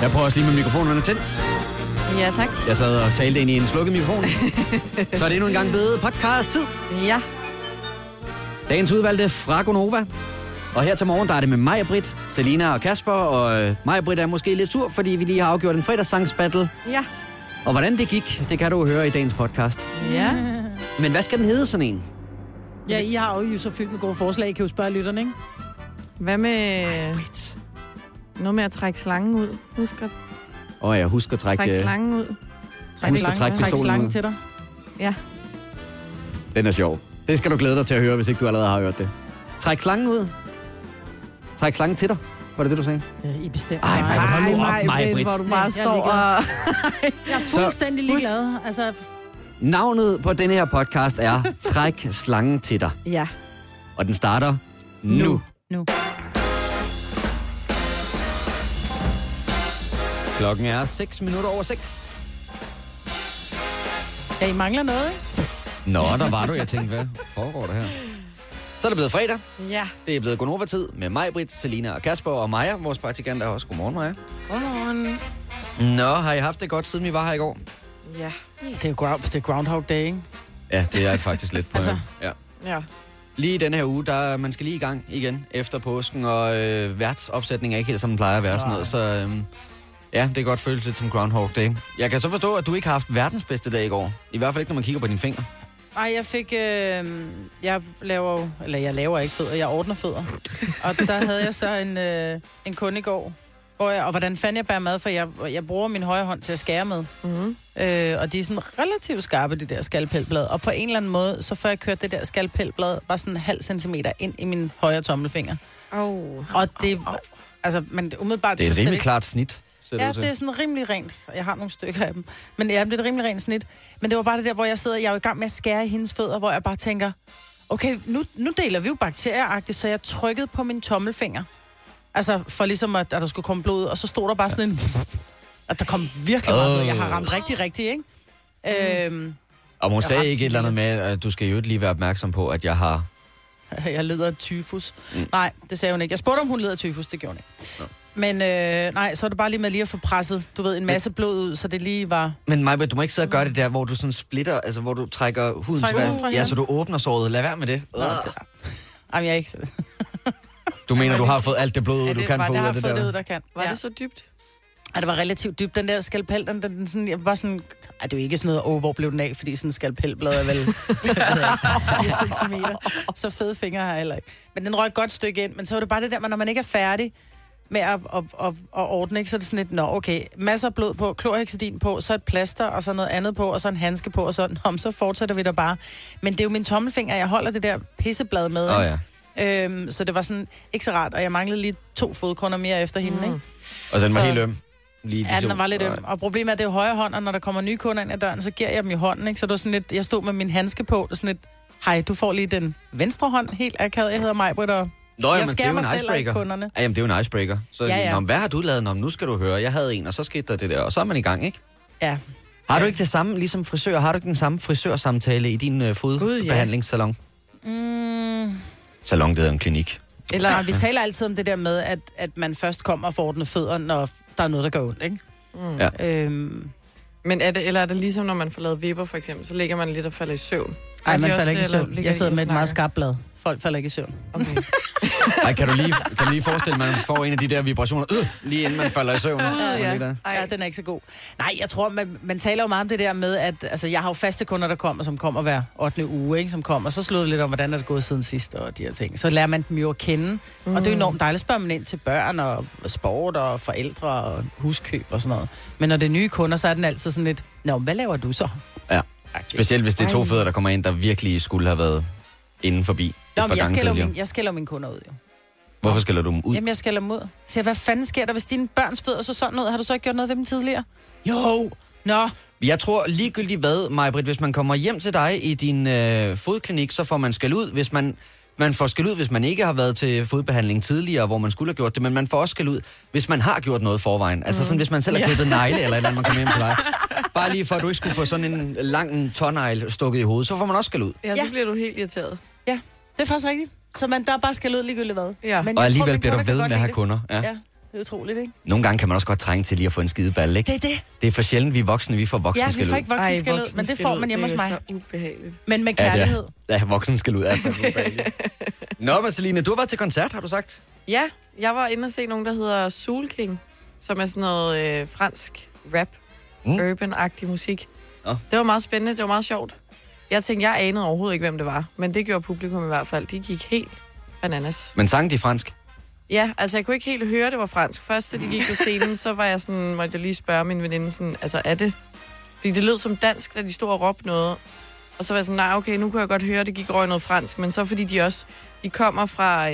Jeg prøver også lige med mikrofonerne tændt. Ja, tak. Jeg sad og talte ind i en slukket mikrofon. Så er det endnu en gang ved podcast-tid. Ja. Dagens udvalgte fra Gonova. Og her til morgen, der er det med mig, Britt, Selina og Kasper. Og mig, Britt, er måske lidt sur, fordi vi lige har afgjort en fredagssangsbattle. Ja. Og hvordan det gik, det kan du høre i dagens podcast. Ja. Men hvad skal den hedde, sådan en? Ja, I har jo så fyldt med gode forslag. I kan jo spørge lytterne, ikke? Hvad med... Noget med at trække slangen ud. Husk at Jeg husker at trække... trække slangen ud. Husk at trække Træk pistolen slangen ud. til dig. Ja. Den er sjov. Det skal du glæde dig til at høre, hvis ikke du allerede har hørt det. Træk slangen ud. Træk slangen til dig. Var det det, du sagde? Ja, I bestemmer. Ej, hold nu op, Maj-Brit. Hvor du bare Jeg er står og... Jeg er fuldstændig ligeglad. Altså, Navnet på denne her podcast er Træk slangen til dig. Ja. Og den starter nu. Klokken er 6:06. ja, I mangler noget, ikke? Nå, der var du. Jeg tænkte, hvad foregår der her? Så er det blevet fredag. Ja. Det er blevet Gonova-tid med mig, Britt, Selina og Kasper og Maja. Vores praktikant er også. Godmorgen, Maja. Godmorgen. Nå, har I haft det godt, siden vi var her i går? Ja. Det er Groundhog Day, ikke? Ja, det er jeg faktisk lidt på. Altså. Ja. Ja. Lige i denne her uge, man skal lige i gang igen efter påsken, og værtsopsætningen er ikke helt som den plejer at være sådan noget, så ja, det kan godt føles lidt som Groundhog Day. Jeg kan så forstå, at du ikke har haft verdens bedste dag i går. I hvert fald ikke, når man kigger på dine fingre. Ej, jeg fik... jeg laver ikke fødder, jeg ordner fødder. Og der havde jeg så en kunde i går. Og hvordan fanden jeg bærer mad, for jeg bruger min højre hånd til at skære med. Mm-hmm. Og de er sådan relativt skarpe, de der skalpelblad. Og på en eller anden måde, så får jeg kørt det der skalpelblad bare sådan en halv centimeter ind i min højre tommelfinger. Og det... Altså, men umiddelbart... Det er et rimelig klart snit. Ja, det er sådan rimelig rent. Jeg har nogle stykker af dem. Men ja, det er et rimelig rent snit. Men det var bare det der, hvor jeg er jo i gang med at skære i hendes fødder, hvor jeg bare tænker, okay, nu deler vi jo bakterieagtigt, så jeg trykkede på min tommelfinger. Altså, for ligesom, at der skulle komme blod ud, og så stod der bare sådan en... At der kom virkelig meget blod. Jeg har ramt rigtig, ikke? Og hun sagde ikke et eller andet med... med, at du skal jo lige være opmærksom på, at jeg har... Jeg lider af tyfus. Nej, det sagde hun ikke. Jeg spurgte, om hun lider af tyfus. Det gjorde hun ikke. Nå. Men nej, så er det bare lige med lige at få presset, du ved, en masse blod ud, så det lige var... Men Maja, du må ikke sidde og gøre det der, hvor du sådan splitter, altså hvor du trækker huden til huden ja, så du åbner såret. Lad være med det. Jamen, jeg er ikke så... Du mener, du har fået alt det blod ud, du kan få ud af det der? Det ud, der kan. Var det så dybt? Ja, det var relativt dybt. Den der skalpel, den sådan, jeg var sådan... Ej, det er jo ikke sådan noget, hvor blev den af, fordi sådan en skalpelblad er vel 4 centimeter. Så fede fingre har jeg heller ikke. Men den røg et godt stykke ind, men så var det bare det der, når man ikke er færdig med at ordne, ikke, så er det sådan lidt, okay, masser af blod på, klorhexidin på, så et plaster, og så noget andet på, og så en handske på, og så fortsætter vi der bare. Men det er jo min tommelfinger, jeg holder det der pisseblad med. Ja. Så det var sådan ikke så rart, og jeg manglede lige 2 fodkunder mere efter hende, ikke? Og den var helt øm. Ja, den var lidt øm. Og problemet er, at det er højre hånd, og når der kommer nye kunder ind ad døren, så giver jeg dem i hånden, ikke? Så det var sådan lidt, jeg stod med min handske på, og sådan lidt, hej, du får lige den venstre hånd, helt akavet. Jeg hedder Maj-Brit, og jeg skærer mig selv af kunderne. Ja, jamen, det er jo en icebreaker. Så ja. Hvad har du lavet? Nu skal du høre. Jeg havde en, og så skete der det der, og så er man i gang, ikke? Ja. Har du ikke det samme, ligesom frisør? Har du ikke den samme frisørsamtale i din fodbehandlingssalon? Salon, det hedder en klinik. Eller vi taler altid om det der med, at man først kommer og får ordnet fødder, når der er noget, der går ondt, ikke? Ja. Men er det ligesom, når man får lavet vipper, for eksempel, så ligger man lidt og falder i søvn? Nej, man falder ikke i søvn. Jeg sidder med et meget skarpt blad. Folk falder ikke i søvn. Okay. Ej, kan du lige forestille mig, at man får en af de der vibrationer, lige inden man falder i søvn? Ja, den er ikke så god. Nej, jeg tror, man taler jo meget om det der med, at altså, jeg har jo faste kunder, der kommer, som kommer hver 8. uge, ikke, som kommer. Så slår det lidt om, hvordan er det gået siden sidst, og de her ting. Så lærer man dem jo at kende. Og det er jo enormt dejligt. Spørger man ind til børn og sport og forældre og huskøb og sådan noget. Men når det er nye kunder, så er den altid sådan lidt, nå, hvad laver du så? Ja, specielt hvis det er 2 fødder, der kommer ind, der virkelig skulle have været inden forbi. Nå, men jeg skælder mine kunder ud, jo. Hvorfor skælder du dem ud? Jamen, jeg skælder dem ud. Så hvad fanden sker der, hvis dine børns fødder så sådan ud? Har du så ikke gjort noget ved dem tidligere? Jo. Nå. Jeg tror ligegyldigt hvad, Maj-Brit, hvis man kommer hjem til dig i din fodklinik, så får man skæld ud, hvis man får skæld ud, hvis man ikke har været til fodbehandling tidligere, hvor man skulle have gjort det, men man får også skæld ud, hvis man har gjort noget forvejen. Altså sådan, hvis man selv har klippet negle eller et eller andet, man kommer hjem til dig. Bare lige for, at du ikke skulle få sådan en lang tånegl stukket i hovedet, så får man også skæld ud. Ja, så bliver du helt irriteret. Ja, det er faktisk rigtigt. Så man der bare skal ud ligegyldigt hvad. Ja. Men og alligevel bliver du ved med at have kunder. Ja. Det Det er utroligt, ikke? Nogle gange kan man også godt trænge til lige at få en skideballe, ikke? Det er det. Det er for sjældent, vi voksne, vi får voksen Ja, skal vi får ud. ikke voksen skal ud, men det får man hjemme hos mig. Det er så ubehageligt. Men med kærlighed. Ja, voksen skal ud. Nå, Marceline, du har været til koncert, har du sagt? Ja, jeg var inde og se nogen, der hedder Soul King, som er sådan noget fransk rap, urban-agtig musik. Nå. Det var meget spændende, det var meget sjovt. Jeg tænkte, jeg anede overhovedet ikke, hvem det var, men det gjorde publikum i hvert fald. De gik helt bananas. Men sang de fransk? Ja, altså jeg kunne ikke helt høre, det var fransk. Først, da de gik på scenen, så var jeg sådan, måtte jeg lige spørge min veninde sådan, altså er det? Fordi det lød som dansk, da de stod og råbte noget. Og så var jeg sådan, nej, okay, nu kunne jeg godt høre, det gik over i noget fransk. Men så fordi de kommer fra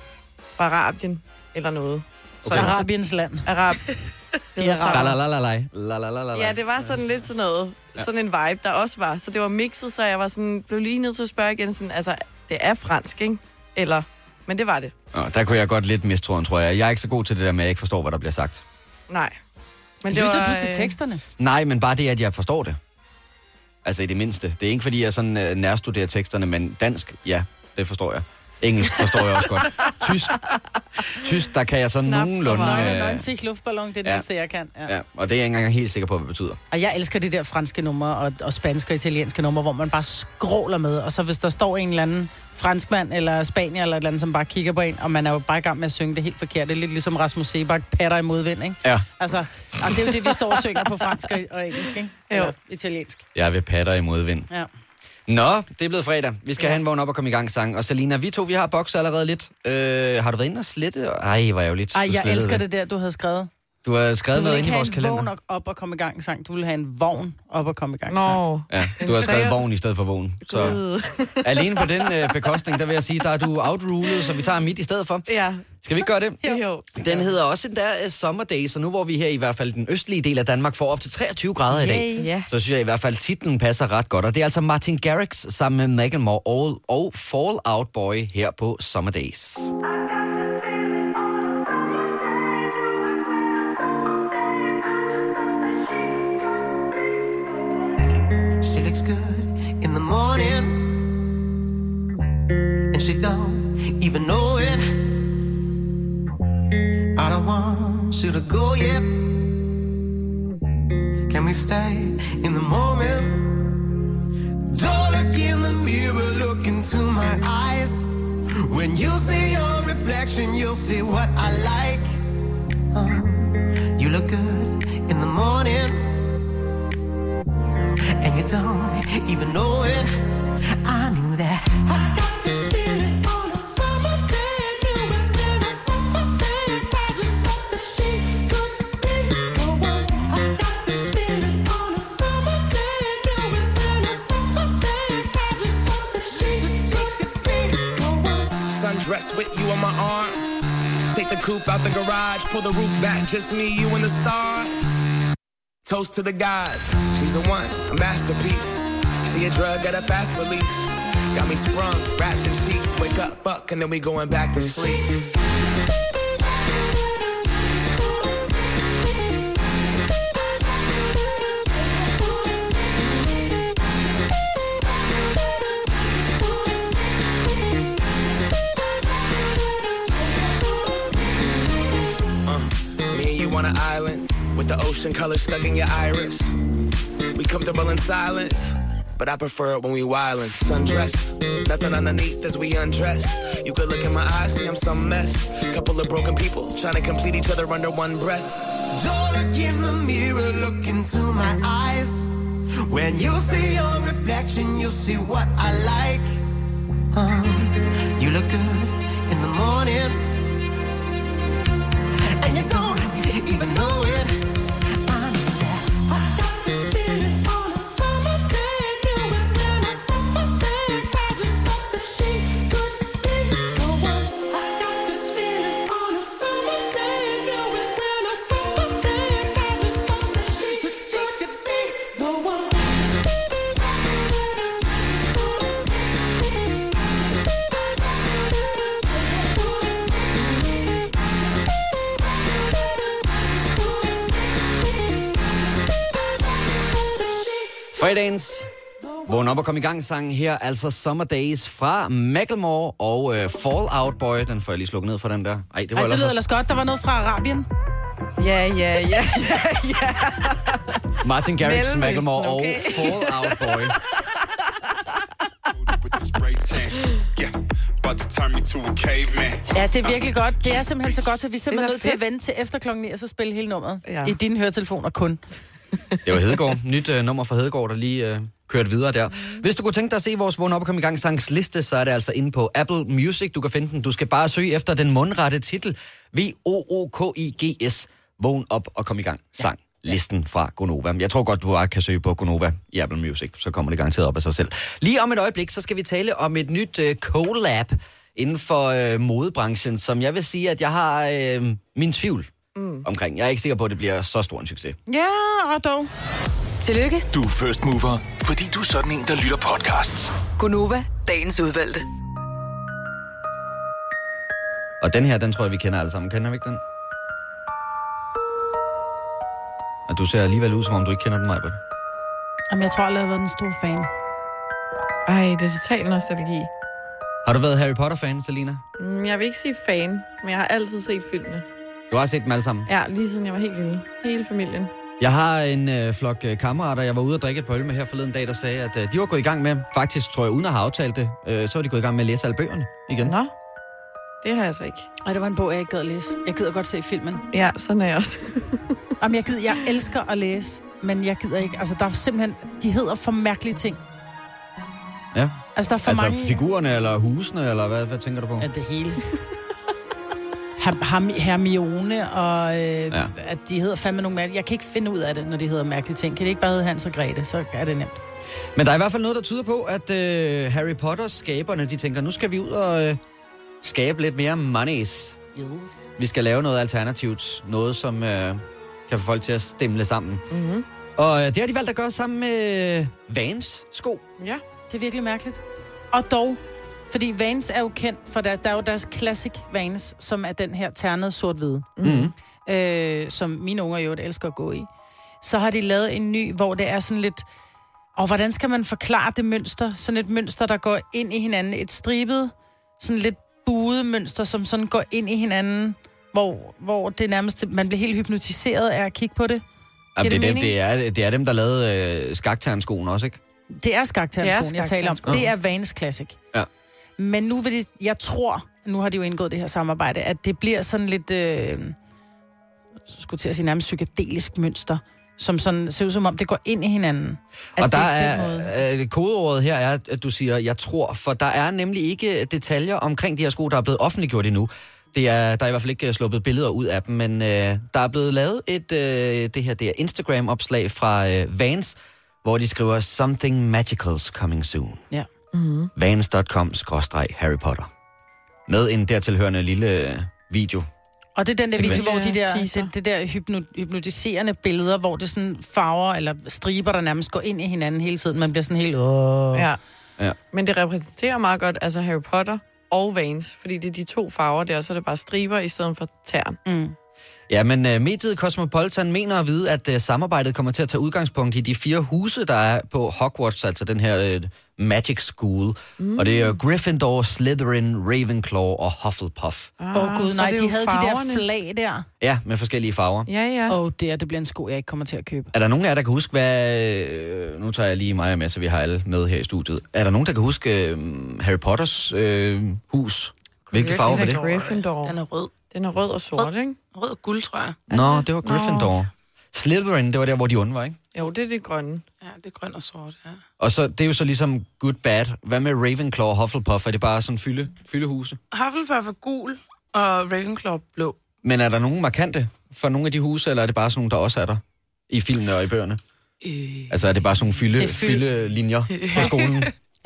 Arabien eller noget. Så Okay. Arabiens land. De er araber. Ja, det var sådan lidt sådan noget, sådan en vibe, der også var. Så det var mixet, så jeg var sådan, blev lige nødt til at spørge igen, sådan, altså, det er fransk, ikke? Eller, men det var det. Der kunne jeg godt lidt miste troen, tror jeg. Jeg er ikke så god til det der med, at jeg ikke forstår, hvad der bliver sagt. Nej. Men det Lytter var, du til teksterne? Nej, men bare det, at jeg forstår det. Altså i det mindste. Det er ikke, fordi jeg sådan nærstuderer teksterne, men dansk, ja, det forstår jeg. Engelsk forstår jeg også godt. Tysk, der kan jeg sådan nogenlunde... Nøgen luftballon, det er det eneste, jeg kan. Ja, og det er jeg ikke engang helt sikker på, hvad det betyder. Og jeg elsker de der franske numre og spanske og italienske numre, hvor man bare skråler med. Og så hvis der står en eller anden franskmand eller spanier eller et eller andet, som bare kigger på en, og man er jo bare i gang med at synge det helt forkert. Det er lidt ligesom Rasmus Sebak, patter i modvind, ikke? Ja. Altså, og det er jo det, vi står og synger på fransk og engelsk, ikke? Eller italiensk. Jeg vil patter i modvind. Ja. Nå, det er blevet fredag. Vi skal have en vågen op og komme i gang sang. Og Selina, vi har bokset allerede lidt. Har du været inde og slette? Ej, hvor ærgerligt. Ej, jeg elsker det der, du havde skrevet. Du har skrevet noget ind i vores kalender. Du vil ikke have en vågen op og komme i gang sang. Du vil have en vogn op og komme i gang sang. Nå. Ja, du har skrevet vogn i stedet for vågen. Så alene på den bekostning, der vil jeg sige, der er du outrulet, så vi tager midt i stedet for. Ja. Skal vi ikke gøre det? Jo. Den hedder også den der Summer Days, og nu hvor vi her i hvert fald den østlige del af Danmark får op til 23 grader i dag, Ja. så synes jeg i hvert fald, titlen passer ret godt. Og det er altså Martin Garrix sammen med Macklemore og Fall Out Boy her på Summer Days. She looks good in the morning, and she don't even know it. I don't want you to go yet. Can we stay in the moment? Don't look in the mirror, look into my eyes. When you see your reflection, you'll see what I like. You look good in the morning, and you don't even know it. I knew that. I got this feeling on a summer day. Knew it when I saw her face. I just thought that she could be the one. I got this feeling on a summer day. Knew it when I saw her face. I just thought that she could be the one. Sundress with you on my arm. Take the coupe out the garage. Pull the roof back. Just me, you, and the stars. Toast to the gods. She's a one, a masterpiece. She a drug at a fast release. Got me sprung, wrapped in sheets. Wake up, fuck, and then we going back to sleep. Me and you on an island with the ocean color stuck in your iris. We comfortable in silence, but I prefer it when we wildin'. Sundress, nothing underneath as we undress. You could look in my eyes, see I'm some mess. Couple of broken people trying to complete each other under one breath. Don't look in the mirror, look into my eyes. When you see your reflection, you'll see what I like. You look good in the morning, and you don't even know it. I knew that. I got this feeling on a summer day. Knew it when I saw her face. I just thought that she could be the one. I got this feeling on a summer day. Knew it when I saw her face. I just thought that she could be the one. Fredagens Vågn op og kom i gang sangen her, altså Summer Days fra Macklemore og Fall Out Boy. Den får jeg lige slukket ned fra den der. Ej, det lyder ellers godt. Der var noget fra Arabien. Ja. Martin Garrix, Mellemøsten, Macklemore okay. og Fall Out Boy. Ja, det er virkelig godt. Det er simpelthen så godt, at vi simpelthen er nødt til at vente til efter klokken 9, og så spille hele nummeret i dine høretelefoner kun. Det var Hedegaard. Nyt nummer fra Hedegaard, der lige kørt videre der. Hvis du kunne tænke dig at se vores Vågn op og komme i gang sangsliste, så er det altså inde på Apple Music. Du kan finde den. Du skal bare søge efter den mundrette titel. VOOKIGS. Vågn op og kom i gang sang. Listen fra Gonova. Jeg tror godt, du bare kan søge på Gonova i Apple Music, så kommer det garanteret op af sig selv. Lige om et øjeblik, så skal vi tale om et nyt collab inden for modebranchen, som jeg vil sige, at jeg har min tvivl omkring. Jeg er ikke sikker på, at det bliver så stor en succes. Ja, og dog. Tillykke, Du er first mover, fordi du er sådan en, der lytter podcasts. Gonova, dagens udvalgte. Og den her, den tror jeg, vi kender alle sammen. Kender vi ikke den? Og du ser alligevel ud, som om du ikke kender den, Majbert. Jamen, jeg tror aldrig, jeg har været den store fan. Ej, det er total nostalgi. Har du været Harry Potter-fan, Selina? Jeg vil ikke sige fan, men jeg har altid set filmene. Du har set dem alle sammen? Ja, lige siden jeg var helt lille. Hele familien. Jeg har en flok kammerater, jeg var ude og drikke et par øl med her forleden dag, der sagde, at de var gået i gang med, faktisk tror jeg, uden at have aftalt det, så var de gået i gang med at læse alle bøgerne igen. Nå, det har jeg så ikke. Ej, det var en bog, jeg ikke gad at læse. Jeg gider godt se filmen. Ja, sådan er jeg også. Jamen, jeg elsker at læse, men jeg gider ikke. Altså, der er simpelthen, de hedder for mærkelige ting. Ja. Altså, der er for Altså mange... figurerne, eller husene, eller hvad tænker du på? Ja, det hele. Hermione, og at de hedder fandme nogle mærkelige... Jeg kan ikke finde ud af det, når de hedder mærkelige ting. Kan det ikke bare hedde Hans og Grete, så er det nemt. Men der er i hvert fald noget, der tyder på, at Harry Potters skaberne, de tænker, nu skal vi ud og skabe lidt mere monies. Yes. Vi skal lave noget alternativt, noget som kan få folk til at stemle sammen. Mm-hmm. Og det har de valgt at gøre sammen med Vans sko. Ja. Det er virkelig mærkeligt. Og dog, fordi Vans er jo kendt, for der er jo deres classic Vans, som er den her ternede sort-hvide. Mm. Som mine unger jo elsker at gå i. Så har de lavet en ny, hvor det er sådan lidt... Og hvordan skal man forklare det mønster? Sådan et mønster, der går ind i hinanden. Et stribet, sådan lidt buet mønster, som sådan går ind i hinanden, hvor det nærmest... Man bliver helt hypnotiseret af at kigge på det. Jamen, det er dem, der lavede skakternskoen også, ikke? Det er skakterskoen, jeg taler om. Det er Vans Classic. Ja. Men nu vil jeg tror, nu har de jo indgået det her samarbejde, at det bliver sådan lidt, skulle til at sige nærmest psykedelisk mønster, som sådan ser ud som om, det går ind i hinanden. Og der er kodeordet her er, at du siger, jeg tror, for der er nemlig ikke detaljer omkring de her sko, der er blevet offentliggjort endnu. Der er i hvert fald ikke sluppet billeder ud af dem, men der er blevet lavet det er Instagram-opslag fra Vans, hvor de skriver, something magical's coming soon. Ja. Mm-hmm. Vans.com/Harry Potter. Med en dertilhørende lille video. Og det er den der video, hvor de teaser. det der hypnotiserende billeder, hvor det sådan farver eller striber, der nærmest går ind i hinanden hele tiden. Man bliver sådan helt... Ja. Ja. Men det repræsenterer meget godt, altså Harry Potter og Vans, fordi det er de to farver der, så er det bare striber i stedet for tern. Mm. Ja, men mediet Cosmopolitan mener at vide, at samarbejdet kommer til at tage udgangspunkt i de 4 huse, der er på Hogwarts, altså den her Magic School. Og det er Gryffindor, Slytherin, Ravenclaw og Hufflepuff. Gud, nej, de havde farverne. De der flag der. Ja, med forskellige farver. Ja. Det bliver en sko, jeg ikke kommer til at købe. Er der nogen af jer, der kan huske, hvad... Nu tager jeg lige mig med, så vi har alle med her i studiet. Er der nogen, der kan huske Harry Potters hus? Hvilke farver var det? Gryffindor. Den er rød. Den er rød og sort, ikke? Rød og guld, tror jeg. Nå, det var Gryffindor. Slytherin, det var der, hvor de onde var, ikke? Jo, det er det grønne. Ja, det er grøn og sort, ja. Og så, det er jo så ligesom good, bad. Hvad med Ravenclaw og Hufflepuff? Er det bare sådan fyldehuse? Hufflepuff er gul, og Ravenclaw blå. Men er der nogen markante for nogle af de huse, eller er det bare sådan nogle, der også er der i filmene og i bøgerne? Altså er det bare sådan nogle fyldelinjer på skolen?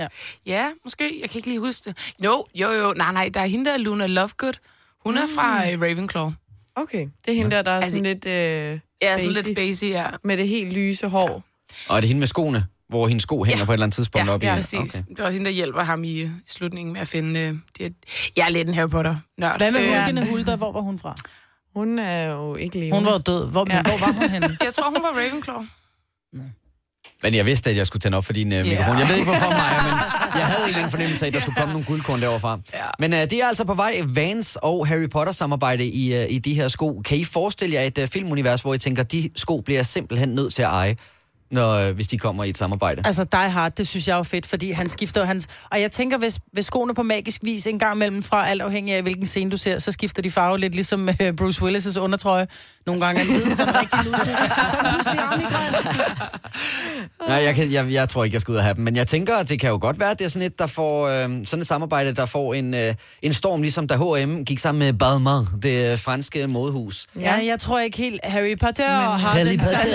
Ja, måske. Jeg kan ikke lige huske det. Jo. Nej, der er hende der, Luna Lovegood. Hun er fra Ravenclaw. Okay, det er hende der er sådan lidt ja, sådan lidt spacey, ja. Med det helt lyse hår. Og er det hende med skoene, hvor hendes sko hænger på et eller andet tidspunkt op i? Ja, præcis. Okay. Det er også hende, der hjælper ham i slutningen med at finde... Jeg er lidt en Harry Potter-nørd. Hvad med Hulkende Hulda? Hvor var hun fra? Hun er jo ikke levende. Hun var død. Hvor var hun henne? Jeg tror, hun var Ravenclaw. Men jeg vidste, at jeg skulle tænde op for din mikrofon. Jeg ved ikke, hvorfor mig, men jeg havde ikke en fornemmelse af, at der skulle komme nogle guldkorn derovre fra. Ja. Men de er altså på vej, Vans og Harry Potter-samarbejde i de her sko. Kan I forestille jer et filmunivers, hvor I tænker, de sko bliver simpelthen nødt til at eje, hvis de kommer i et samarbejde? Altså Die Hard, det synes jeg er fedt, fordi han skifter hans... Og jeg tænker, hvis skoene på magisk vis en gang imellem fra, alt afhængig af hvilken scene du ser, så skifter de farve lidt ligesom Bruce Willis' undertrøje. Nogle gange er den hvide, så er den rigtig lusse. Og så er den pludselig armigrøn. Nej, jeg tror ikke, jeg skal ud og have dem. Men jeg tænker, at det kan jo godt være, at det er sådan et, der får, sådan et samarbejde, der får en storm, ligesom da H&M gik sammen med Balmain, det franske modehus. Ja, jeg tror ikke helt Harry Potter har den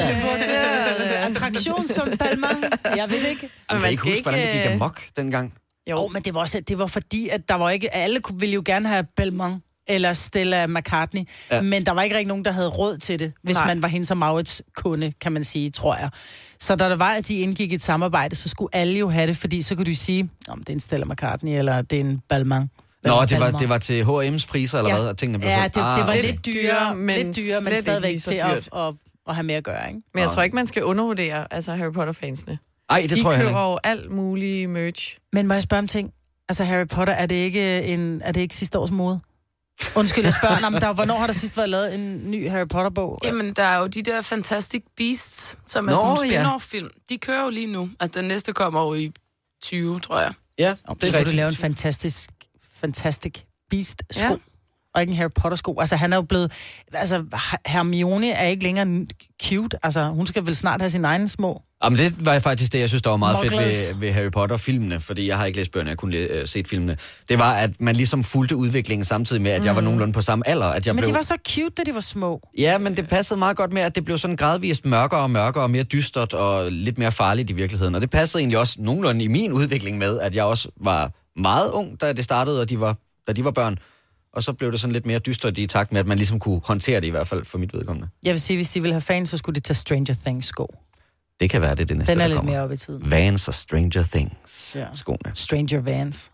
samme attraktion som Balmain. Jeg ved ikke. Man kan ikke huske, hvordan det gik amok dengang. Jo, men det var fordi, at der var ikke... Alle ville jo gerne have Balmain eller Stella McCartney, men der var ikke rigtig nogen, der havde råd til det, hvis man var hendes og Maurits kunde, kan man sige, tror jeg. Så da der var, at de indgik et samarbejde, så skulle alle jo have det, fordi så kunne du sige, om det er en Stella McCartney, eller det er en Balmain. Nå, det var til H&M's priser, eller hvad? Og tingene blev det var lidt dyrere, men stadigvæk til at have mere at gøre, ikke? Men jeg tror ikke, man skal undervurdere Harry Potter-fansene. Ej, det tror jeg ikke. De køber jo alt muligt merch. Men må jeg spørge om ting? Altså, Harry Potter, er det ikke sidste års mode? Undskyld, jeg spørger, men hvornår har der sidst været lavet en ny Harry Potter-bog? Jamen, der er jo de der Fantastic Beasts, som er sådan nogle spin-off-film. De kører jo lige nu. Altså, den næste kommer jo i 20, tror jeg. Ja, det er rigtigt. Så kunne du lave en Fantastic Beast-sko, og ikke en Harry Potter-sko. Altså, han er jo blevet... Altså, Hermione er ikke længere cute. Altså, hun skal vel snart have sin egen små... Jamen, det var faktisk det, jeg synes, der var meget fedt ved Harry Potter-filmene, fordi jeg har ikke læst bøgerne, jeg kunne set filmene. Det var, at man ligesom fulgte udviklingen samtidig med, at jeg var nogenlunde på samme alder. At jeg men de var så cute, da de var små. Ja, men det passede meget godt med, at det blev sådan gradvist mørkere og mørkere, og mere dystert og lidt mere farligt i virkeligheden. Og det passede egentlig også nogenlunde i min udvikling med, at jeg også var meget ung, da det startede, og da de var børn. Og så blev det sådan lidt mere dystert i takt med, at man ligesom kunne håndtere det i hvert fald for mit vedkommende. Jeg vil sige, hvis de ville have fans, så skulle de tage Stranger Things-sko. Det kan være det næste, den er der lidt kommer. Mere op i tiden. Vans og Stranger Things skoene. Stranger Vans.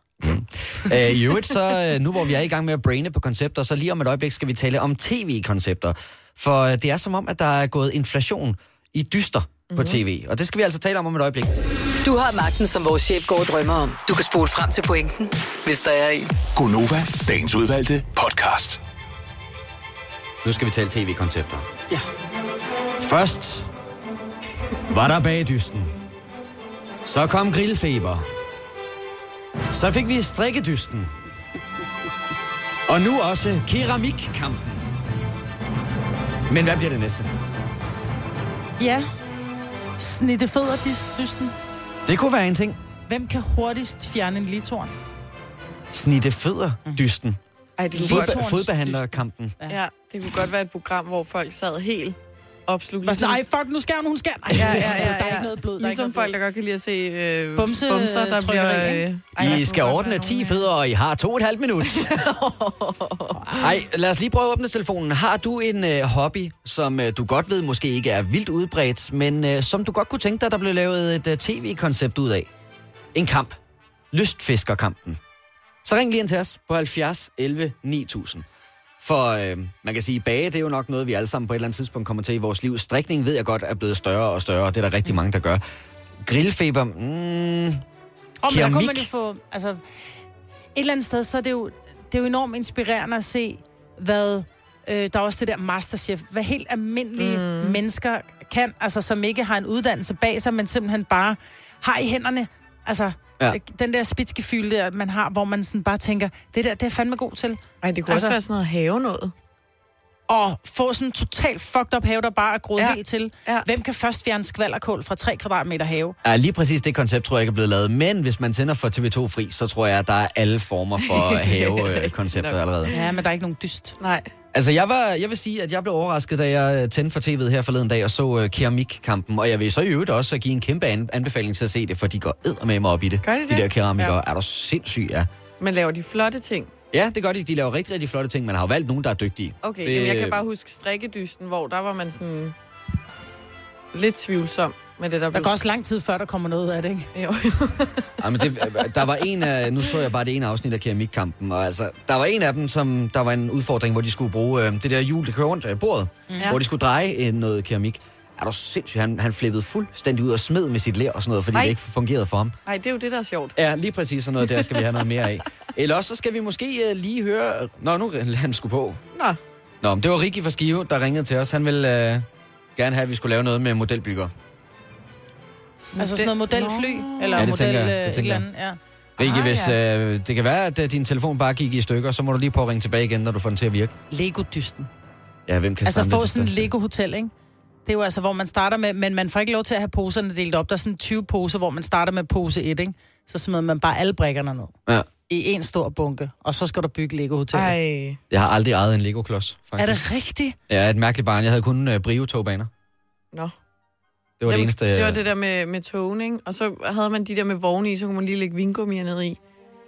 I øvrigt så, nu hvor vi er i gang med at braine på koncepter, så lige om et øjeblik skal vi tale om tv-koncepter. For det er som om, at der er gået inflation i dyster på tv. Og det skal vi altså tale om et øjeblik. Du har magten, som vores chef går og drømmer om. Du kan spole frem til pointen, hvis der er en. Gonova, dagens udvalgte podcast. Nu skal vi tale tv-koncepter. Ja. Først var der bagdysten. Så kom grillfeber. Så fik vi strikkedysten. Og nu også keramikkampen. Men hvad bliver det næste? Ja. Snittefødderdysten. Det kunne være en ting. Hvem kan hurtigst fjerne en litorn? Snittefødderdysten. Fodbehandlerkampen. Ja, det kunne godt være et program, hvor folk sad helt opslugt. Ligesom... Nej, fuck, nu skal hun skære. Ja. Der er ikke noget blod. Ligesom folk, der godt kan lide at se bumser, der bliver... I skal ordne 10 fødder, og I har 2,5 minutter. Ej, lad os lige prøve at åbne telefonen. Har du en hobby, som du godt ved måske ikke er vildt udbredt, men som du godt kunne tænke dig, der blev lavet et tv-koncept ud af? En kamp. Lystfiskerkampen. Så ring lige ind til os på 70 11 9000. For man kan sige, bage, det er jo nok noget, vi alle sammen på et eller andet tidspunkt kommer til i vores liv. Strikning ved jeg godt er blevet større og større, det er der rigtig mange, der gør. Grillfeber, men der kunne man jo få, altså, et eller andet sted, så er det er jo enormt inspirerende at se, hvad, der er også det der Masterchef, hvad helt almindelige mennesker kan, altså som ikke har en uddannelse bag sig, men simpelthen bare har i hænderne, altså... Ja. Den der spidsgefyld der, man har, hvor man sådan bare tænker, det er fandme god til. Ej, det kunne også være sådan noget have noget. Og få sådan en totalt fucked up have, der bare er groet helt til. Ja. Hvem kan først fjerne skvallerkål fra 3 kvadratmeter have? Ja, lige præcis det koncept tror jeg ikke er blevet lavet. Men hvis man tænder for TV2 Fri, så tror jeg, at der er alle former for have-koncepter allerede. Ja, men der er ikke nogen dyst. Nej. Altså, jeg vil sige, at jeg blev overrasket, da jeg tændte for tv'et her forleden dag og så keramikkampen. Og jeg vil så i øvrigt også give en kæmpe anbefaling til at se det, for de går eddermame op i det. Gør de det? De der keramikere. Ja. Er du sindssyg, ja. Men laver de flotte ting? Ja, det gør de. De laver rigtig, rigtig flotte ting. Man har jo valgt nogen, der er dygtige. Okay, men jeg kan bare huske strikkedysten, hvor der var man sådan lidt tvivlsom med det, der går også lang tid før, der kommer noget af det, ikke? Jo. Ja, men der var en af... Nu så jeg bare det ene afsnit af keramikkampen, og altså, der var en af dem, som... Der var en udfordring, hvor de skulle bruge det der hjul, der kører rundt bordet, hvor de skulle dreje noget keramik. Er du sindssygt? Han flippede fuldstændig ud og smed med sit ler og sådan noget, fordi det ikke fungerede for ham. Nej, det er jo det, der er sjovt. Ja, lige præcis sådan noget der skal vi have noget mere af. Eller også så skal vi måske lige høre... Nå, nu lader han sgu på. Nå, men det var Ricky fra Skive, der ringede til os. Han ville gerne have, at vi skulle lave noget med modelbygger. Altså sådan noget modelfly? Eller ja, det model et eller andet, ja. Ricky, hvis det kan være, at din telefon bare gik i stykker, så må du lige prøve at ringe tilbage igen, når du får den til at virke. Lego-dysten. Ja, hvem kan altså få sådan et Lego-hotel, ikke? Det er jo altså, hvor man starter med, men man får ikke lov til at have poserne delt op. Der er sådan 20 poser, hvor man starter med pose 1, ikke? Så smider man bare alle brikkerne ned. Ja. I en stor bunke, og så skal du bygge Lego-hotellet. Ej. Jeg har aldrig ejet en Lego-klods, faktisk. Er det rigtigt? Ja, et mærkeligt barn. Jeg havde kun Brio-togbaner. Nå. Det var det eneste... Det var det der med togen, ikke? Og så havde man de der med vogne i, så kunne man lige lægge vingummier ned i.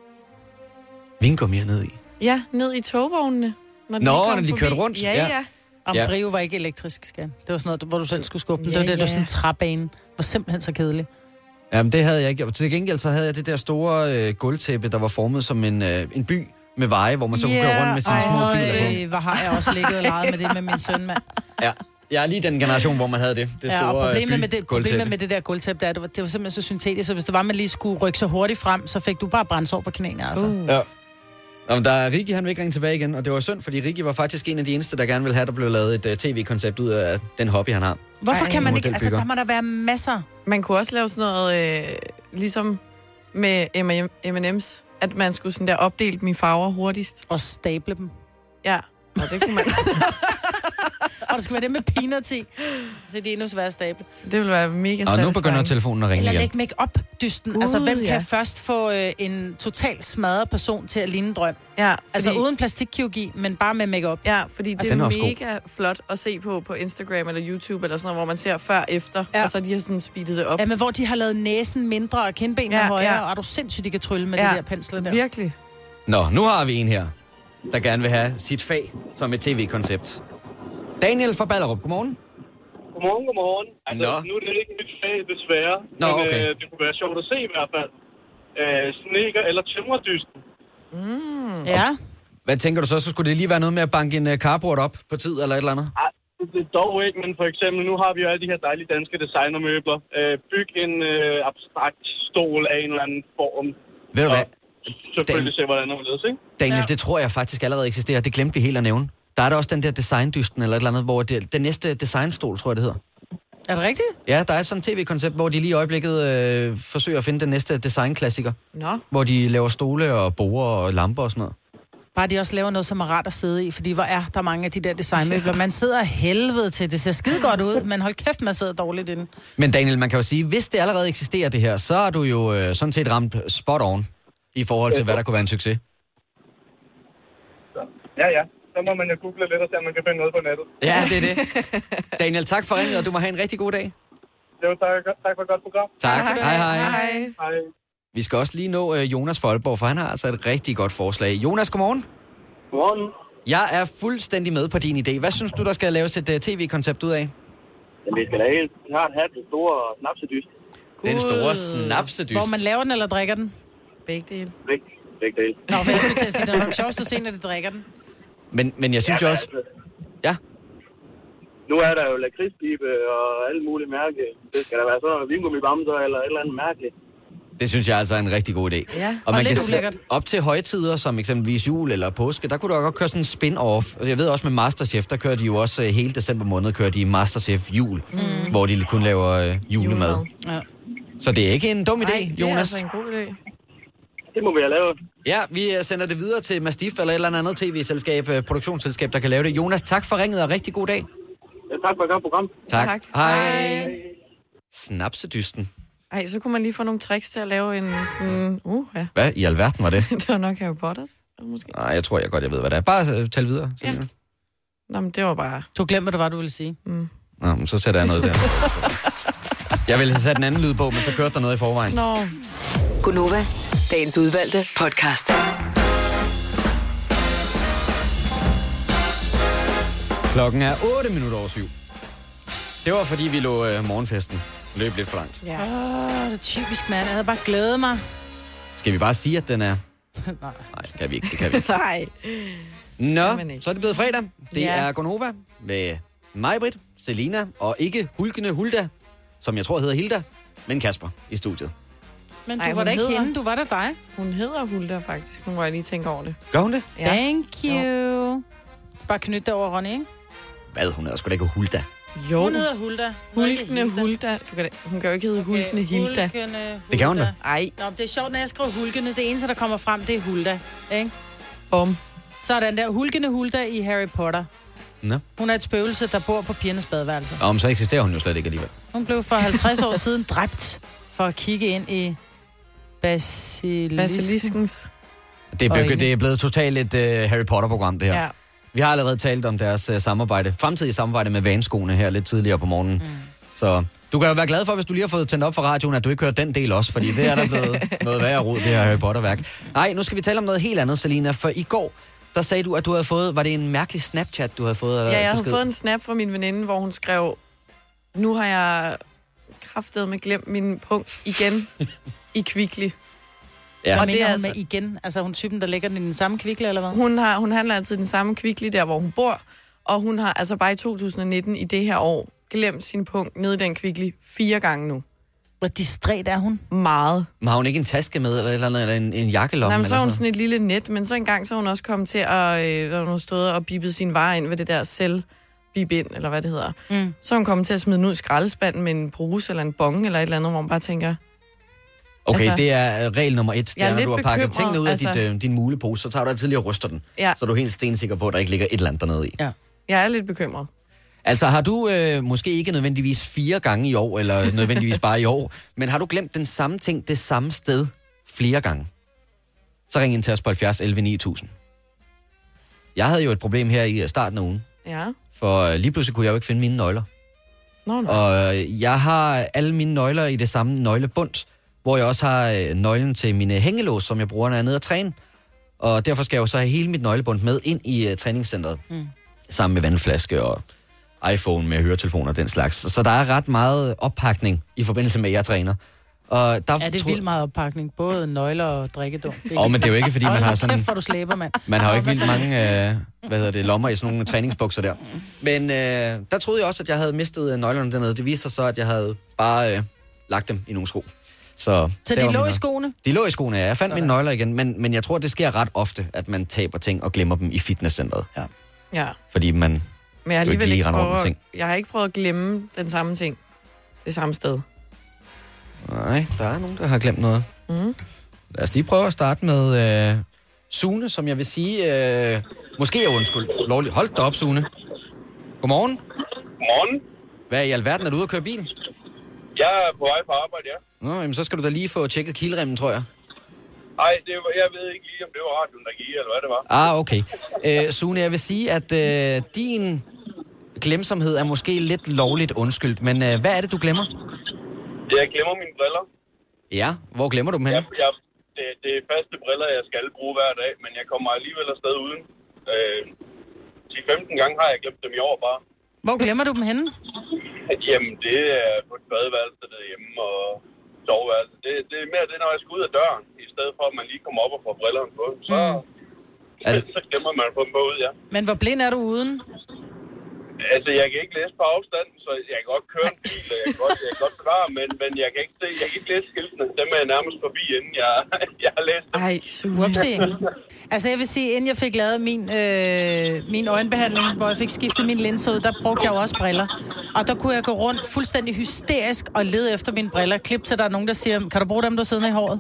Vingummier ned i? Ja, ned i togvognene. Når de kørte rundt? Ja. Og Brio var ikke elektrisk, skat. Det var sådan noget, hvor du selv skulle skubbe den. Ja, det var sådan en træbane. Det var simpelthen så kedeligt. Jamen, det havde jeg ikke. Til gengæld så havde jeg det der store gulvtæppe, der var formet som en by med veje, hvor man så kunne køre rundt med sine små biler på. Hvor har jeg også ligget og leget med det med min søn, mand. Ja. Jeg er lige den generation, hvor man havde det. Det store og problemet med det der gulvtæppe, det var simpelthen så syntetisk, så hvis det var, man lige skulle rykke så hurtigt frem, så fik du bare brændsår på knæene, altså. Ja. Nå, men der er Ricky, han vil ikke ringe tilbage igen, og det var synd, fordi Ricky var faktisk en af de eneste, der gerne ville have, der blev lavet et tv-koncept ud af den hobby, han har. Hvorfor kan man ikke? Altså, der må der være masser. Man kunne også lave sådan noget, ligesom med M&M's, at man skulle sådan der opdele dem i farver hurtigst. Og stable dem. Ja, og det kunne man. Og der skal være det med peanuts i. Så det er endnu svært at stable. Det ville være mega satisfying. Og nu begynder telefonen at ringe igen. Eller læg make-up-dysten. Altså, hvem kan først få en totalt smadret person til at ligne en drøm? Ja, fordi... Altså uden plastikkirurgi, men bare med make-up. Ja, fordi det altså, er mega flot at se på Instagram eller YouTube eller sådan noget, hvor man ser før og efter, og så de har sådan speedet det op. Ja, men hvor de har lavet næsen mindre og kindbenene højere, og er du sindssygt, de kan trylle med de der pensler der. Virkelig. Nå, nu har vi en her, der gerne vil have sit fag som et tv-koncept. Daniel fra Ballerup, godmorgen. Godmorgen. Altså, nu er det ikke mit fag, desværre. Nå, men okay. Det kunne være sjovt at se i hvert fald. Sneker eller tømmerdysten. Ja. Hvad tænker du så? Så skulle det lige være noget med at banke en carport op på tid eller et eller andet? Ej, det er dog ikke, men for eksempel, nu har vi jo alle de her dejlige danske designermøbler. Byg en abstrakt stol af en eller anden form. Ved du hvad? Selvfølgelig se, hvordan det er, ikke? Daniel, det tror jeg faktisk allerede eksisterer. Det glemte vi helt at nævne. Der er der også den der designdysten eller et eller andet, hvor den næste designstol, tror jeg, det hedder. Er det rigtigt? Ja, der er sådan et tv-koncept, hvor de lige i øjeblikket forsøger at finde den næste designklassiker. Nå. Hvor de laver stole og borer og lamper og sådan noget. Bare de også laver noget, som er rart at sidde i, fordi hvor er der mange af de der designmøbler. Man sidder helvede til. Det ser skide godt ud, men hold kæft, man sidder dårligt inde. Men Daniel, man kan jo sige, hvis det allerede eksisterer det her, så er du jo sådan set ramt spot on i forhold til, hvad der kunne være en succes. Ja. Så må man jo google lidt og se, om man kan finde noget på nettet. Ja, det er det. Daniel, tak for ringet, og du må have en rigtig god dag. Jo, tak for et godt program. Tak. Hej. Vi skal også lige nå Jonas Folborg, for han har altså et rigtig godt forslag. Jonas, godmorgen. Godmorgen. Jeg er fuldstændig med på din idé. Hvad synes du, der skal laves et tv-koncept ud af? Jamen, vi skal have den store snapsedyst. Den store snapsedyst. Hvor man laver den eller drikker den? Begge dele. Begge dele. Nå, for jeg skulle til at sige, det er nok sjovest at se, når de drikker den. Men jeg synes jo også... Ja. Nu er der jo lakridspibe og alle mulige mærke. Det skal der være sådan noget vingummibamser eller et eller andet mærkeligt. Det synes jeg altså er en rigtig god idé. Ja, og man kan op til højtider, som eksempelvis jul eller påske, der kunne du godt køre sådan en spin-off. Jeg ved også med Masterchef, der kører de jo også hele december måned, kører de Masterchef jul, hvor de kun laver julemad. Ja. Så det er ikke en dum idé, Jonas. Det er altså en god idé. Det må vi have lavet. Ja, vi sender det videre til Mastiff eller et eller andet tv-selskab, produktionsselskab, der kan lave det. Jonas, tak for ringet og rigtig god dag. Ja, tak for et godt program. Tak. Hej. Snapsedysten. Ej, så kunne man lige få nogle tricks til at lave en sådan... ja. Hvad i alverden var det? Det var nok Harry Potter, måske. Nej, jeg tror jeg ved, hvad det er. Bare tal videre. Ja. Nå, men det var bare... Du glemte, hvad det var, du ville sige. Nå, men så sætter jeg noget der. Jeg ville have sat en anden lyd på, men så kørte der noget i forvejen. Nå. Gunova, dagens udvalgte podcast. Klokken er 7:08. Det var fordi, vi lå morgenfesten. Løb lidt for langt. Ja. Det er typisk, mand. Jeg havde bare glædet mig. Skal vi bare sige, at den er... Nej. Nej, det kan vi ikke. Nej. Nå, så er det blevet fredag. Det er Gonova med Maj-Brit, Selina og ikke hulkende Hulda, som jeg tror hedder Hilda, men Kasper i studiet. Men du var da ikke hende, du var da dig. Hun hedder Hulda faktisk, nu må jeg lige tænke over det. Gør hun det? Ja. Thank you. Bare knytte det over, Ronny, ikke? Hvad, hun hedder sgu da ikke Hulda. Jo, Hun hedder Hulda. Hulkende Hulda. Hun kan jo ikke hedde Hulkende Hilda. Det kan hun da. Ej. Nå, det er sjovt, når jeg skriver hulkende. Det eneste, der kommer frem, det er Hulda. Ikke? Bum. Sådan der. Hulkende Hulda i Harry Potter. Nå. Hun er et spøgelse, der bor på pigernes badeværelse. Og så eksisterer hun jo slet ikke alligevel. Hun blev for 50 år siden dræbt for at kigge ind i basiliskens. Det er blevet totalt et Harry Potter-program, det her. Ja. Vi har allerede talt om deres fremtidige samarbejde med Vanskoene her lidt tidligere på morgenen. Så du kan jo være glad for, hvis du lige har fået tændt op for radioen, at du ikke hører den del også, fordi det er der blevet noget værre rod, det her Harry Potter-værk. Nej, nu skal vi tale om noget helt andet, Selina, for i går, der sagde du, at du havde fået, var det en mærkelig Snapchat, du havde fået? Eller Ja, jeg havde fået en snap fra min veninde, hvor hun skrev, nu har jeg kraftedeme glemt min punkt igen i Kvickly. Ja. Og det det er hun altså, med igen? Altså hun typen, der lægger den i den samme Kvickly, eller hvad? hun handler altid den samme Kvickly, der hvor hun bor, og hun har altså bare i 2019 i det her år glemt sin punkt nede i den Kvickly 4 gange nu. Hvor distræt er hun? Meget. Men har hun ikke en taske med, eller et eller andet, eller en jakkelomme? Nej, men så eller har hun sådan et lille net, men så engang så hun også kommet til at, når hun stod og bippede sin varer ind ved det der bip ind, eller hvad det hedder. Så er hun kommet til at smide den ud i skraldespanden med en bruse eller en bong, eller et eller andet, hvor man bare tænker... Okay, altså, det er regel nummer 1. Det er, når du har pakket bekymret, tingene ud af din mulepose, så tager du altid lige og ryster den. Ja. Så er du helt stensikker på, at der ikke ligger et eller andet dernede i. Ja. Jeg er lidt bekymret. Altså har du måske ikke nødvendigvis 4 gange i år, eller nødvendigvis bare i år, men har du glemt den samme ting det samme sted flere gange? Så ring ind til os på 70 11 9000. Jeg havde jo et problem her i starten af ugen, Ja. for lige pludselig kunne jeg jo ikke finde mine nøgler. Nå. Og jeg har alle mine nøgler i det samme nøglebund, hvor jeg også har nøglen til mine hængelås, som jeg bruger, når jeg er nede at træne. Og derfor skal jeg jo så have hele mit nøglebund med ind i træningscenteret. Sammen med vandflaske og iPhone med høretelefoner og den slags. Så der er ret meget oppakning i forbindelse med, at jeg træner. Og der det vildt meget oppakning. Både nøgler og drikkedum. Men det er jo ikke, fordi man har sådan... Kæft, hvor du slæber, mand. Man har jo ikke vildt mange lommer i sådan nogle træningsbukser der. Men der troede jeg også, at jeg havde mistet nøglerne dernede. Det viser sig så, at jeg havde bare lagt dem i nogle sko. Så de lå i skoene? De lå i skoene, ja. Jeg fandt mine nøgler igen, men jeg tror, det sker ret ofte, at man taber ting og glemmer dem i fitnesscenteret. Ja. Fordi man Men jeg har alligevel lige ikke render rundt med ting. jeg har ikke prøvet at glemme den samme ting det samme sted. Nej, der er nogen, der har glemt noget. Lad os lige prøve at starte med Sune, som jeg vil sige, måske er undskyldt. Lovligt. Hold da op, Sune. Godmorgen. Godmorgen. Hvad i alverden er du ude at køre bil? Jeg er på vej på arbejde, ja. Nå, jamen, så skal du da lige få tjekket kileremmen, tror jeg. Nej, jeg ved ikke lige, om det var radioen, der gik, eller hvad det var. Okay. Sune, jeg vil sige, at din glemsomhed er måske lidt lovligt undskyldt, men hvad er det, du glemmer? Jeg glemmer mine briller. Ja, hvor glemmer du dem henne? Det er faste briller, jeg skal bruge hver dag, men jeg kommer alligevel afsted uden. 10-15 gange har jeg glemt dem i år bare. Hvor glemmer du dem henne? Jamen, det er på et badeværelse derhjemme og soveværelse. Det er mere det, når jeg skal ud af døren, i stedet for, at man lige kommer op og får brillerne på. Så glemmer man at få dem på ud, ja. Men hvor blind er du uden? Altså, jeg kan ikke læse på afstand, så jeg kan godt køre en bil, og jeg kan godt bevare, men jeg kan ikke læse skiltene. Dem er jeg nærmest forbi, inden jeg har læst dem. Ej, Sune. Altså, jeg vil sige, inden jeg fik lavet min øjenbehandling, hvor jeg fik skiftet min linse ud, der brugte jeg jo også briller. Og der kunne jeg gå rundt fuldstændig hysterisk og lede efter mine briller. Klip til, der er nogen, der siger, kan du bruge dem, der sidder i håret?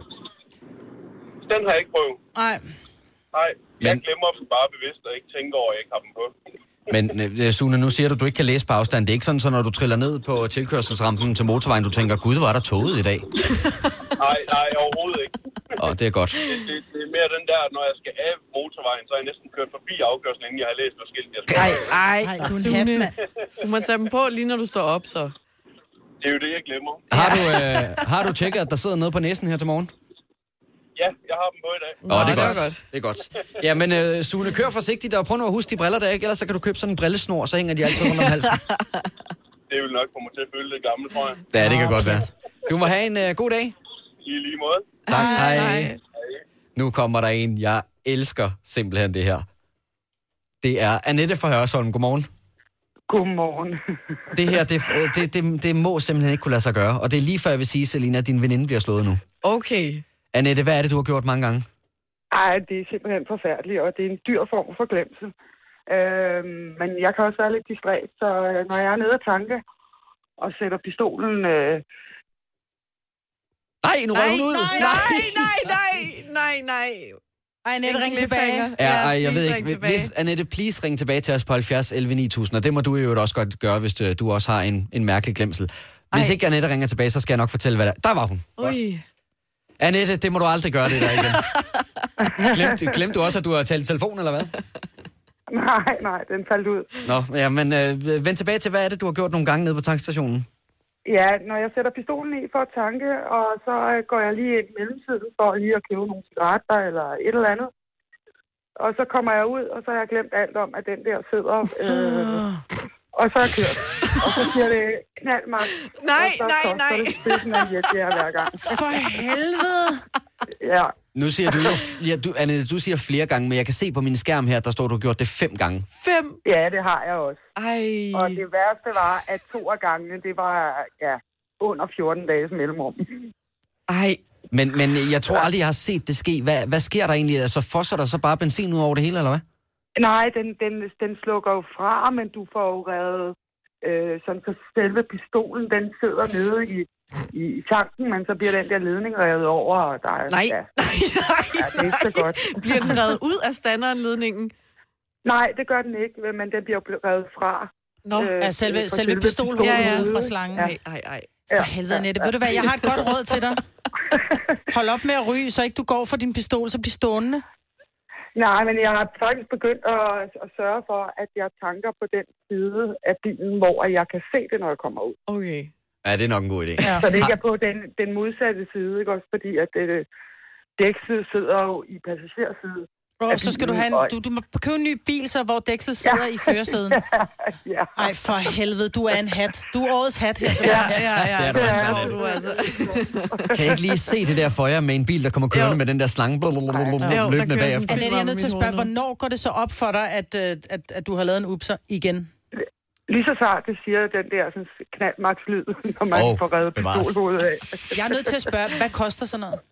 Den har jeg ikke prøvet. Nej. Jeg glemmer dem bare bevidst, og ikke tænker over, at jeg ikke har dem på. Men Sune, nu siger du, at du ikke kan læse på afstand. Det er ikke sådan, så når du triller ned på tilkørselsrampen til motorvejen, du tænker, gud, var der toget i dag? Nej, overhovedet ikke. Det er godt. Det er mere den der, når jeg skal af motorvejen, så er jeg næsten kørt forbi afkørslen, inden jeg har læst, hvad skilt jeg skal. Ej, Sune. Du må tage dem på, lige når du står op, så. Det er jo det, jeg glemmer. Har du tjekket, at der sidder noget på næsen her til morgen? Ja, jeg har dem på i dag. Det er godt. Det er godt. Ja, men Sune, kør forsigtigt, og prøv nu at huske de briller der, ikke? Ellers så kan du købe sådan en brillesnor, så hænger de altid rundt om halsen. Det vil nok få mig til at føle det gamle, tror jeg. Ja, det kan godt være. Du må have en god dag. I lige måde. Tak, hej. Nu kommer der en, jeg elsker simpelthen det her. Det er Annette fra Hørsholm. Godmorgen. Godmorgen. Det her, det må simpelthen ikke kunne lade sig gøre. Og det er lige før, jeg vil sige, Selina, at din veninde bliver slået nu. Okay. Annette, hvad er det, du har gjort mange gange? Ej, det er simpelthen forfærdeligt, og det er en dyr form for glemsel. Men jeg kan også være lidt distræt, så når jeg er nede og tanke og sætter pistolen... Nej, nu røg hun ud! Nej. Ej, Annette, ring tilbage. Ja, jeg ved ikke. Hvis, Annette, please ring tilbage til os på 70 11 9000, og det må du jo også godt gøre, hvis du også har en mærkelig glemsel. Hvis ikke Annette ringer tilbage, så skal jeg nok fortælle, hvad der var hun. Ui. Annette, det må du aldrig gøre, det der igen. Glemte du også, at du har talt i telefon, eller hvad? Nej, den faldt ud. Nå, ja, men vend tilbage til, hvad er det, du har gjort nogle gange nede på tankstationen? Ja, når jeg sætter pistolen i for at tanke, og så går jeg lige ind i mellemtiden for lige at købe nogle cigaretter eller et eller andet. Og så kommer jeg ud, og så har jeg glemt alt om, at den der sidder... og så er jeg kørt. Og så siger det knaldmagt. Nej. Så det spidsen af hjælp hver gang. For helvede! Ja. Nu siger du jo... Annette, du siger flere gange, men jeg kan se på min skærm her, der står, du har gjort det 5 gange. 5? Ja, det har jeg også. Ej. Og det værste var, at 2 af gangene, det var under 14 dages mellemrum. Ej. Men jeg tror aldrig, jeg har set det ske. Hvad sker der egentlig? Altså, fosser der så bare benzin ud over det hele, eller hvad? Nej, den slukker jo fra, men du får jo revet sådan, så selve pistolen, den sidder nede i tanken, men så bliver den der ledning revet over, og der er... Nej. Ja, det er ikke så godt. Bliver den revet ud af standardledningen? Nej, det gør den ikke, men den bliver revet fra. Nå, selve pistolhovedet fra slangen. Ej. For helvede, Annette. Ved du hvad, jeg har et godt råd til dig. Hold op med at ryge, så ikke du går for din pistol, så bliver stående. Nej, men jeg har faktisk begyndt at sørge for, at jeg tanker på den side af bilen, hvor jeg kan se det, når jeg kommer ud. Okay. Ja, det er nok en god idé. Ja. Så det ikke er på den modsatte side, ikke også? Fordi at dækslet sidder jo i passagersiden. Så skal du have du må købe en ny bil, så hvor dækslet sidder i førersiden. Ja. Ej, for helvede, du er en hat. Du er årets hat her til Ja. Det er du altså. Kan jeg ikke lige se det der for jer med en bil, der kommer kørende med den der slange løbende bagefter? Annette, jeg er nødt til at spørge, hvornår går det så op for dig, at du har lavet en upser igen? Lige så snart det siger den der knaldmagtslyd, når man får revet pistolhovedet af. Jeg er nødt til at spørge, hvad koster sådan noget?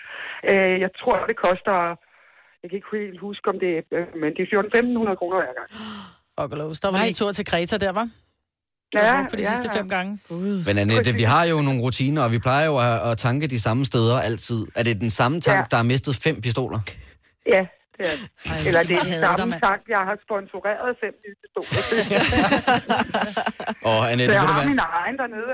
Jeg tror, det koster... Jeg kan ikke helt huske, om det er... Men det er 1.500 kroner hver gang. Fuck, der var lige en tur til Kreta der, var? Ja, for de sidste 5 gange. Men Annette, vi har jo nogle rutiner, og vi plejer jo at tanke de samme steder altid. Er det den samme tank, der har mistet 5 pistoler? Ja, det er det. Eller det er den samme tank, jeg har sponsoreret 5 nye pistoler til. Og Annette, så jeg har min egen dernede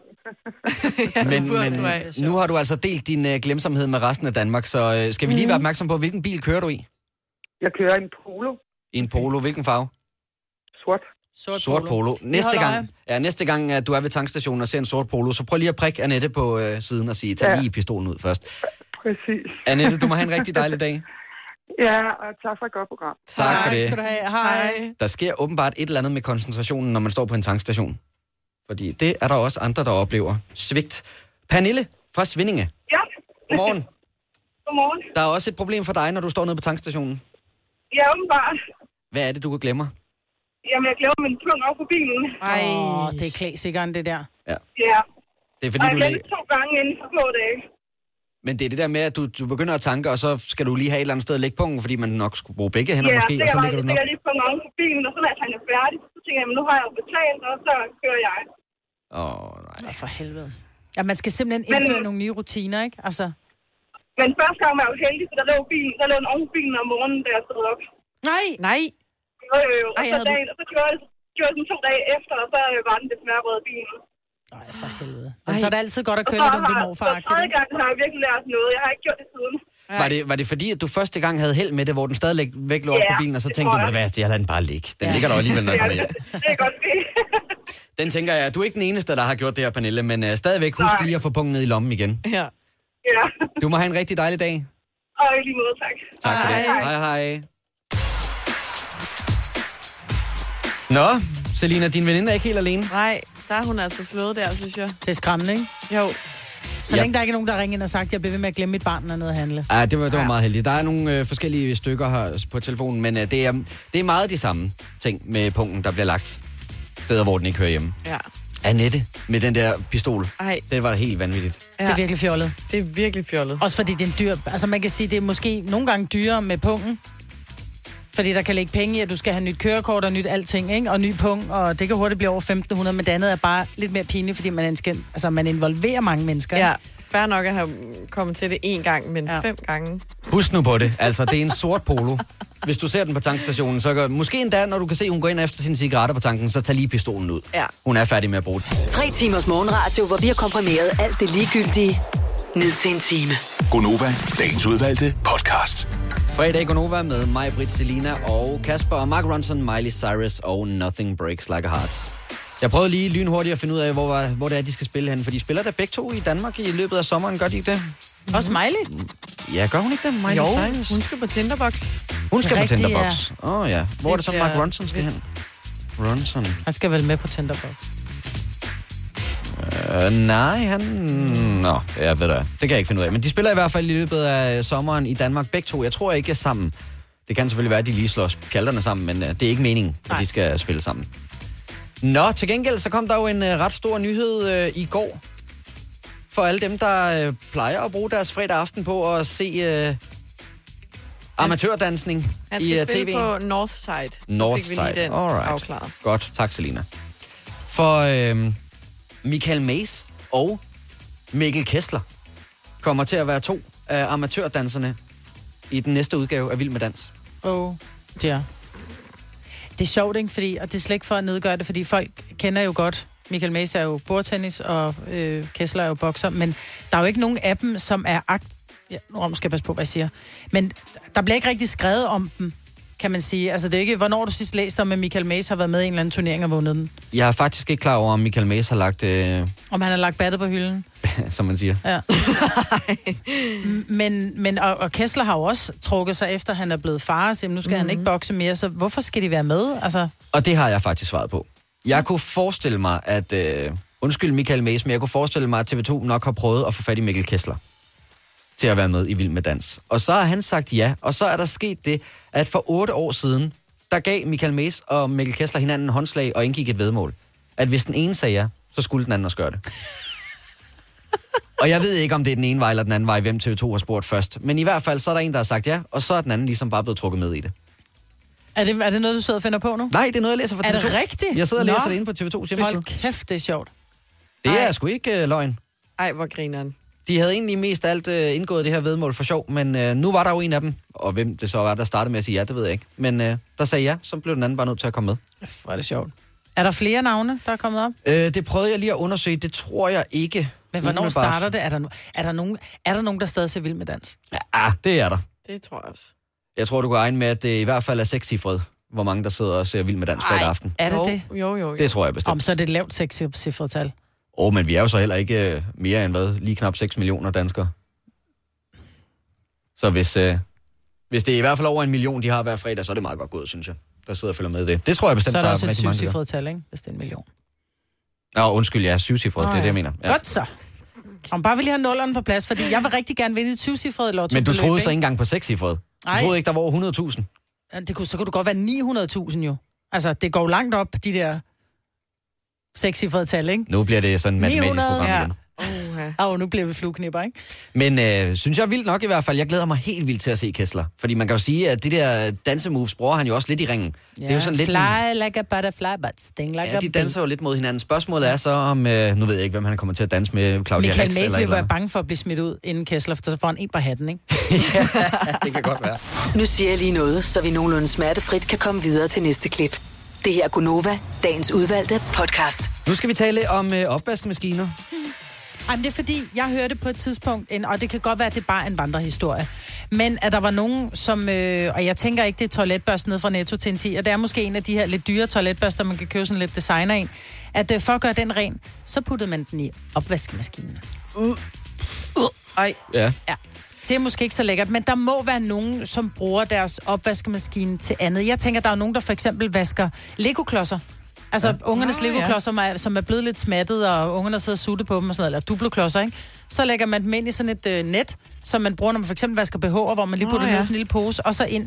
efterhånden. men nu har du altså delt din glemsomhed med resten af Danmark, så skal vi lige være opmærksom på, hvilken bil kører du i? Jeg kører en Polo. I en Polo. Hvilken farve? Sort. Sort Polo. Næste gang, at du er ved tankstationen og ser en sort Polo, så prøv lige at prikke Annette på siden og sige, tag lige pistolen ud først. Præcis. Annette, du må have en rigtig dejlig dag. Ja, og tak for et godt program. Tak for det. Skal du have. Hej. Der sker åbenbart et eller andet med koncentrationen, når man står på en tankstation. Fordi det er der også andre, der oplever. Svigt. Pernille fra Svindinge. Ja. Godmorgen. Godmorgen. Der er også et problem for dig, når du står nede på tankstationen. Ja, åbenbart. Hvad er det, du glemmer? Jamen, jeg glemmer min pung over på bilen. Det er klassikeren, det der. Ja. Ja. Det er fordi, og jeg glemte 2 gange inden for få dage. Men det er det der med, at du begynder at tanke, og så skal du lige have et eller andet sted at lægge pungen, fordi man nok skulle bruge begge hænder måske, og så lægger du den op. Ja, det er lige pungen oven på bilen, og så når jeg er færdig, så tænker jeg, men nu har jeg jo betalt, og så kører jeg. Nej. For helvede. Ja, man skal simpelthen indføre nogle nye rutiner, ikke? Altså. Men første gang var jeg jo heldig, for der lå en oven på bilen om morgenen, da jeg stod op. Nej. Jo. Og så kørte jeg den 2 dage efter, og så var den desværre rød bilen. Nej, for helvede. Men så er det altid godt at køre lidt om det morfar-agtigt. Og 3. gang har jeg virkelig lært noget. Jeg har ikke gjort det siden. Var det fordi, at du første gang havde held med det, hvor den stadig væk lå op på bilen, og så tænkte du, hvad, jeg lader den bare ligge. Den ligger der alligevel, når jeg kommer hjem. Det er godt det. Den tænker jeg, du er ikke den eneste, der har gjort det her, Pernille, men stadigvæk husk lige at få pungen ned i lommen igen. Ja. Du må have en rigtig dejlig dag. Og i lige måde, tak. Tak for det. Hej. Nå, Selina, din veninde er ikke helt alene. Nej, der er hun altså slået der, synes jeg. Det er skræmmende, ikke? Jo. Så længe der ikke er nogen, der ringer ind og sagt, at jeg bliver ved med at glemme mit barn, når nede at handle. Ja, det var meget heldigt. Der er nogle forskellige stykker her på telefonen, men det er meget de samme ting med punkten, der bliver lagt. steder, hvor den ikke hører hjemme. Ja. Annette med den der pistol. Ej. Det var helt vanvittigt. Ja. Det er virkelig fjollet. Det er virkelig fjollet. Også fordi det er en dyr... Altså man kan sige, det er måske nogle gange dyrere med pungen. Fordi der kan ligge penge i, at du skal have nyt kørekort og nyt alting, ikke? Og ny pung, og det kan hurtigt blive over 1.500, men det andet er bare lidt mere pinligt, fordi man involverer mange mennesker. Ja, fair nok at have kommet til det 1 gang, men 5 gange. Husk nu på det. Altså, det er en sort Polo. Hvis du ser den på tankstationen, så gør... Måske endda, når du kan se, hun går ind efter sine cigaretter på tanken, så tag lige pistolen ud. Ja. Hun er færdig med at bruge den. 3 timers morgenradio, hvor vi har komprimeret alt det ligegyldige ned til en time. Gonova, dagens udvalgte podcast. Fredag Gonova med mig, Britt, Selina og Kasper og Mark Ronson, Miley Cyrus og Nothing Breaks Like a Heart. Jeg prøvede lige lynhurtigt at finde ud af, hvor det er, de skal spille hen, for de spiller der begge to i Danmark i løbet af sommeren. Gør de ikke det? Også Miley? Ja, gør hun ikke det? Miley Cyrus? Hun skal på Tinderbox. Hun skal Rigtig, på Tinderbox. Åh ja. Hvor er det så, Mark Ronson skal hen? Ronson. Han skal vel med på Tinderbox. Nej, han... Nå, jeg ved det. Det kan jeg ikke finde ud af. Men de spiller i hvert fald i løbet af sommeren i Danmark begge to. Jeg tror ikke er sammen. Det kan selvfølgelig være, at de lige slår kalterne sammen, men det er ikke meningen, at de skal spille sammen. Nå, til gengæld så kom der jo en ret stor nyhed i går. For alle dem, der plejer at bruge deres fredag aften på at se amatørdansning Han i skal tv. spille på Northside. Northside. Så fik vi lige den afklaret. Godt, tak Selina. For Michael Mays og Mikkel Kessler kommer til at være 2 af amatørdanserne i den næste udgave af Vild med Dans. Ja. Det er sjovt, ikke? Fordi, og det er slet ikke for at nedgøre det, fordi folk kender jo godt. Michael Mays er jo bordtennis, og Kessler er jo bokser, men der er jo ikke nogen af dem, som er nu skal jeg passe på, hvad jeg siger. Men der bliver ikke rigtig skrevet om dem, kan man sige. Altså det er ikke, hvornår du sidst læste om, at Michael Mays har været med i en eller anden turnering og vundet den. Jeg er faktisk ikke klar over, om Michael Mays har lagt... Om han har lagt battet på hylden. som man siger. Ja. men Kessler har jo også trukket sig efter, han er blevet far, så nu skal han ikke bokse mere, så hvorfor skal de være med? Altså... Og det har jeg faktisk svaret på. Jeg kunne forestille mig, at... undskyld Michael Mays, men jeg kunne forestille mig, at TV2 nok har prøvet at få fat i Mikkel Kessler til at være med i Vild med Dans. Og så har han sagt ja, og så er der sket det, at for 8 år siden, der gav Michael Mays og Mikkel Kessler hinanden en håndslag og indgik et væddemål. At hvis den ene sagde ja, så skulle den anden også gøre det. Og jeg ved ikke, om det er den ene vej eller den anden vej, hvem TV2 har spurgt først. Men i hvert fald, så er der en, der har sagt ja, og så er den anden ligesom bare blevet trukket med i det. Er det noget, du sidder og finder på nu? Nej, det er noget, jeg læser fra TV2. Er det rigtigt? Jeg sidder og læser det inde på TV2's hjemmeside. Hold kæft, det er sjovt. Det er sgu ikke løgn. Ej, hvor grineren. De havde egentlig mest alt indgået det her væddemål for sjov, men nu var der jo en af dem, og hvem det så var, der startede med at sige ja, det ved jeg ikke. Men der sagde ja, så blev den anden bare nødt til at komme med. Hvor er det sjovt. Er der flere navne, der er kommet op? Det prøvede jeg lige at undersøge, det tror jeg ikke. Men hvornår starter det? Er der nogen, der stadig ser Vild med Dans? Ja, det er der. Det tror jeg også. Jeg tror, du kan regne med, at det i hvert fald er 6-cifret, hvor mange der sidder og ser Vild med Dans fredag aften. Er det det? Jo. Det tror jeg bestemt. Så er det et lavt 6-cifret tal. Men vi er jo så heller ikke mere end lige knap 6 millioner danskere. Så hvis det er i hvert fald over 1 million, de har hver fredag, så er det meget godt gået, synes jeg. Der sidder og følger med det. Det tror jeg bestemt, der er også et 7-cifret tal, ikke? Hvis det er 1 million. Undskyld, ja, 7-cifret, det er det, jeg mener. Ja. Godt så. Om bare vil lige have nullerne på plads, fordi jeg vil rigtig gerne vinde et 7-cifret lotto. Men du troede så ikke engang på 6-cifret? Du troede ikke, der var over 100.000? Så kunne det godt være 900.000 jo. Altså, det går langt op, de der 6-cifrede tal, ikke? Nu bliver det sådan matematisk program igen. Nu bliver vi flueknipper, ikke? Men synes jeg vildt nok i hvert fald. Jeg glæder mig helt vildt til at se Kessler. Fordi man kan jo sige, at det der dansemoves bruger han jo også lidt i ringen. Ja, det er jo sådan lidt fly like a butterfly, but sting like a bee. De danser jo lidt mod hinanden. Spørgsmålet er så om, nu ved jeg ikke, hvem han kommer til at danse med, Claudia Rex eller Michael Mays vil være bange for at blive smidt ud inden Kessler, for så får han en på hatten, ikke? Ja, det kan godt være. Nu siger jeg lige noget, så vi nogenlunde smertefrit kan komme videre til næste klip. Det her er Gonova, dagens udvalgte podcast. Nu skal vi tale om opvaskemaskiner. Jamen, det er fordi, jeg hørte på et tidspunkt, og det kan godt være, at det bare er en vandrehistorie, men at der var nogen, som, og jeg tænker ikke, det er toiletbørste ned fra Netto til en 10, og det er måske en af de her lidt dyre toiletbørster, man kan købe sådan lidt designer en, at for at gøre den ren, så puttede man den i opvaskemaskinen. Ja. Det er måske ikke så lækkert, men der må være nogen, som bruger deres opvaskemaskine til andet. Jeg tænker, der er nogen, der for eksempel vasker Lego-klodser Altså, ungernes Lego-klodser, som er blevet lidt smattet, og ungerne sidder og sutte på dem og sådan noget, eller Duplo-klodser, ikke? Så lægger man dem ind i sådan et net, som man bruger, når man for eksempel vasker BH'er, hvor man lige putter ned i sådan en lille pose, og så ind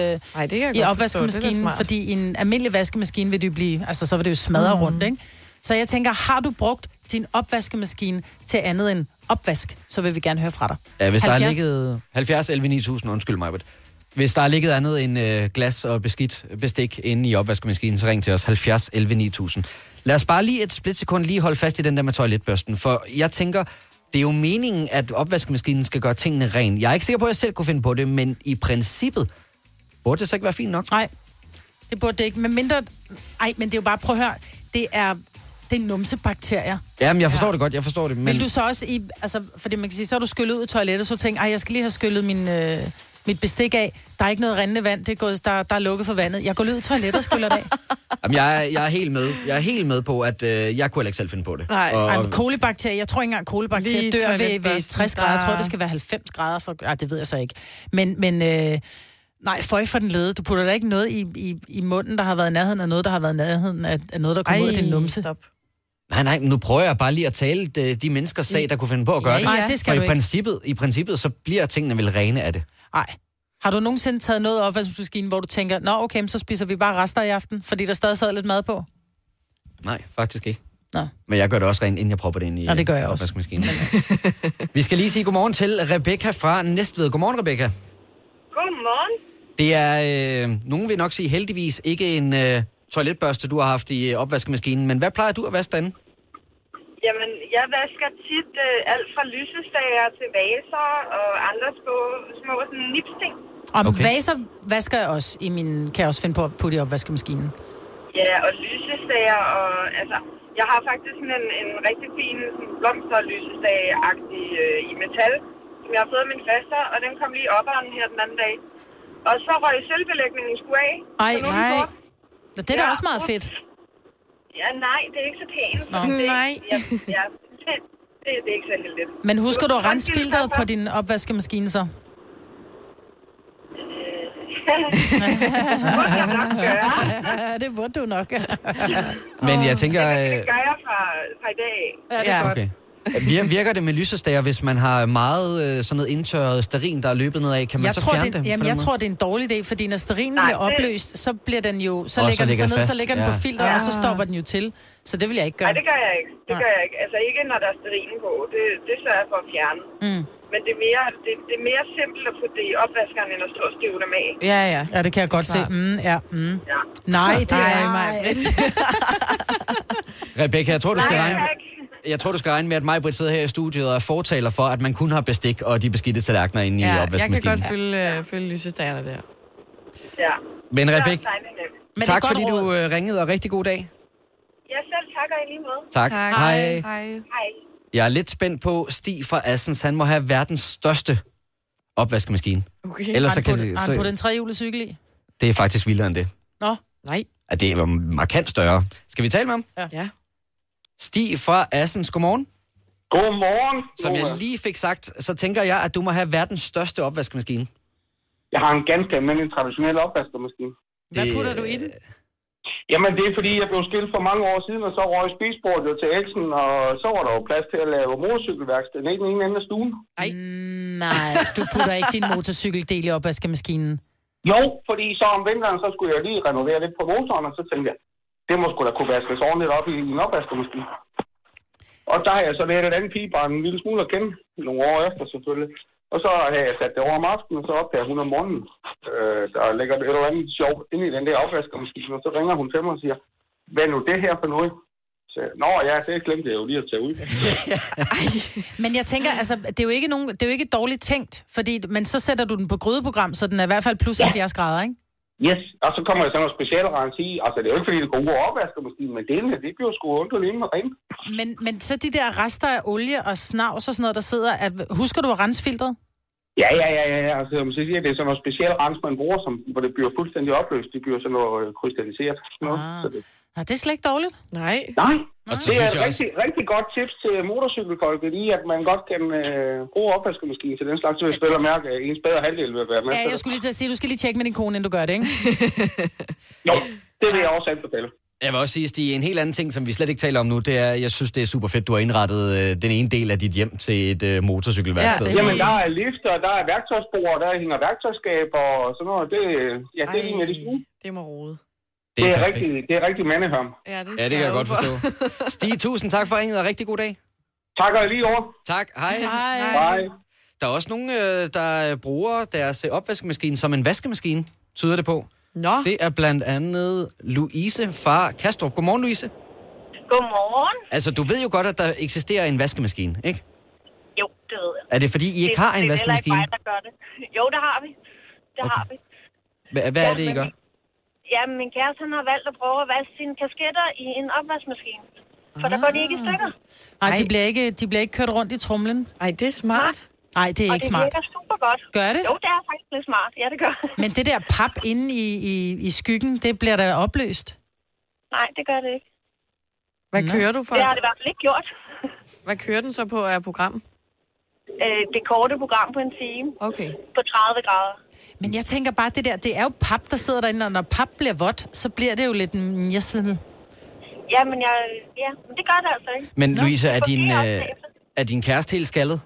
i opvaskemaskinen, fordi i en almindelig vaskemaskine vil det jo blive, altså så vil det jo smadre rundt, ikke? Så jeg tænker, har du brugt din opvaskemaskine til andet end opvask, så vil vi gerne høre fra dig. Ja, hvis 70? Der har ligget 70 11 9000, undskyld mig, hvis der er ligget andet end glas og beskidt bestik inde i opvaskemaskinen, så ring til os 70 11 9000. Lad os bare lige et splitsekund lige holde fast i den der med toiletbørsten, for jeg tænker, det er jo meningen, at opvaskemaskinen skal gøre tingene ren. Jeg er ikke sikker på, at jeg selv kunne finde på det, men i princippet burde det så ikke være fint nok? Nej, det burde det ikke. Men mindre... men det er jo bare, prøv at høre, det er numsebakterier. Jamen, jeg forstår det godt, jeg forstår det. Men... Vil du så også fordi man kan sige, så har du skyllet ud i toilettet, så tænker jeg skal lige have skyllet mit bestik af. Der er ikke noget rindende vand, der er lukket for vandet. Jeg går ud i toilettet og skyller det af. Jamen, jeg er helt med. Jeg er helt med på, at jeg kunne ikke selv finde på det. Nej, men kolibakterier, jeg tror ikke engang, kolibakterier dør ved 60 grader. Jeg tror, det skal være 90 grader. Det ved jeg så ikke. Men nej, føj for den lede. Du putter der ikke noget i munden, der har været i nærheden af noget, der har været i nærheden af noget, der kommer ud af din numse. Stop. Nej, nu prøver jeg bare lige at tale de menneskers sag, der kunne finde på at gøre det. Nej, det skal for i princippet, så bliver tingene vel rene af det. Nej. Har du nogensinde taget noget op af maskinen, hvor du tænker, nå okay, så spiser vi bare rester i aften, fordi der stadig sad lidt mad på? Nej, faktisk ikke. Nå. Men jeg gør det også rent, inden jeg propper det ind i det gør jeg også. Vi skal lige sige godmorgen til Rebecca fra Næstved. Godmorgen, Rebecca. Godmorgen. Det er, nogen vil nok sige heldigvis, ikke en toiletbørste, du har haft i opvaskemaskinen, men hvad plejer du at vaske derinde? Jamen, jeg vasker tit alt fra lysestager til vaser og andre små sådan nipsting. Og vaser vasker jeg også kan jeg også finde på at putte i opvaskemaskinen. Ja, og lysestager og altså, jeg har faktisk sådan en rigtig fin blomsterlysestage-agtig i metal, som jeg har fået af min faster, og den kom lige op her den anden dag. Og så røg sølvbelægningen sgu af. Ej, nej. Det er da også meget fedt. Ja, nej, det er ikke så pænt. Nej. Det er ikke så heldigt. Men husker du at rense filteret på din opvaskemaskine så? Det burde du nok. Men jeg tænker... Det gør jeg fra i dag. Ja, det er godt. Okay. Virker det med lysestager, hvis man har meget sådan noget indtørret stearin, der er løbet ned af? Kan man så fjerne det? Jamen, jeg tror, det er en dårlig idé, fordi når stearinen bliver opløst, så bliver den jo... Så lægger den sig ned, så lægger den på filteret, og så stopper den jo til. Så det vil jeg ikke gøre. Nej, det gør jeg ikke. Det gør jeg ikke. Altså ikke, når der er stearin på. Det sørger jeg for at fjerne. Men det er mere simpelt at putte det i opvaskeren, end at stå og stive dem af. Ja, det kan jeg godt se. Ja. Nej, det er mig. Rebecca, jeg tror, du skal regne med, at Maj-Brit sidder her i studiet og er fortaler for, at man kun har bestik og de beskidte tallerkener inde i opvaskemaskinen. Jeg kan godt følge lysestagerne der. Ja. Men Rebecca, tak fordi du ringede, og rigtig god dag. Ja, selv tak, og i lige måde. Tak. Hej. Jeg er lidt spændt på Stig fra Assens. Han må have verdens største opvaskemaskine. Okay. Ellers har han puttet en trehjulet cykel i? Det er faktisk vildere end det. Nå, nej. Ja, det er markant større. Skal vi tale med ham? Ja. Stig fra Assens, godmorgen. Godmorgen. Som jeg lige fik sagt, så tænker jeg, at du må have verdens største opvaskemaskine. Jeg har en ganske almindelig traditionel opvaskemaskine. Hvad putter du i den? Jamen, det er fordi, jeg blev skilt for mange år siden, og så røg spisebordet jo til Elsen, og så var der jo plads til at lave motorcykelværksted i den ene ende af stuen. Nej, du putter ikke din motorcykeldel i opvaskemaskinen. Jo, fordi så om vinteren, så skulle jeg lige renovere lidt på motoren, og så tænkte jeg, det må sgu da kunne vaskes ordentligt op i en opvaskemaskine. Og der har jeg så lært et andet pigebarn en lille smule at kende, nogle år efter selvfølgelig. Og så har jeg sat det over om aftenen, og så opdager hun om morgenen. Der ligger et eller andet sjovt inde i den der opvaskemaskine, og så ringer hun til mig og siger, hvad er nu det her for noget? Så, nå ja, det glemte jeg jo lige at tage ud. Men jeg tænker, altså, det er jo ikke dårligt tænkt, men så sætter du den på grydeprogram, så den er i hvert fald plus 70 grader, ikke? Yes, og så kommer der sådan noget specialrens i. Altså, det er jo ikke fordi, det går ud over opvaskemaskinen, men det bliver sgu underligt inde med rent. Men så de der rester af olie og snavs og sådan noget, der sidder... Husker du at rense filtret? Ja. Altså, man siger, det er sådan noget specialrens, man bruger, hvor det bliver fuldstændig opløst. Det bliver sådan noget krystalliseret. Ja, det er slet ikke dårligt. Nej. Det er et rigtig godt tips til motorcykelfolket i, at man godt kan bruge opvaskemaskinen til den slags, så jeg spiller mærke, at ens bedre halvdel vil være med. Ja, jeg skulle lige til at sige, du skal lige tjekke med din kone, inden du gør det, ikke? Jo, det vil jeg også anbefale. Jeg vil også sige, Stig, en helt anden ting, som vi slet ikke taler om nu, det er, jeg synes, det er super fedt, du har indrettet den ene del af dit hjem til et motorcykelværksted. Ja, jamen, der er lifter, der er værktøjsbord, der hænger værktøjsskab og sådan noget. Det er egentlig det stue. Det må rode. Det er rigtig mandehørm. Ja, det kan jeg godt forstå. Stig, tusind tak for ringet, og rigtig god dag. Tak, og lige over. Tak, hej. Hej. Der er også nogen, der bruger deres opvaskemaskine som en vaskemaskine, tyder det på. Nå. Det er blandt andet Louise fra Kastrup. Godmorgen, Louise. Godmorgen. Altså, du ved jo godt, at der eksisterer en vaskemaskine, ikke? Jo, det ved jeg. Er det fordi, I ikke har en vaskemaskine? Det er ikke mig, der gør det. Jo, det har vi. Har vi. Hvad er det, I gør? Ja, min kæreste han har valgt at prøve at vaske sine kasketter i en opvaskemaskine. For der går de ikke i stykker. Nej, de bliver ikke kørt rundt i tromlen. Ej, det er smart. Nej, det er ikke smart. Og det virker super godt. Gør det? Jo, det er faktisk lidt smart. Ja, det gør. Men det der pap inde i skyggen, det bliver da opløst. Nej, det gør det ikke. Hvad kører du for? Det har det i hvert fald ikke gjort. Hvad kører den så på af program? Det korte program på en time. Okay. På 30 grader. Men jeg tænker bare, det er jo pap, der sidder derinde, og når pap bliver vådt, så bliver det jo lidt njæslet. Ja, men det gør det altså ikke. Men Louise, er din kæreste helt skaldet?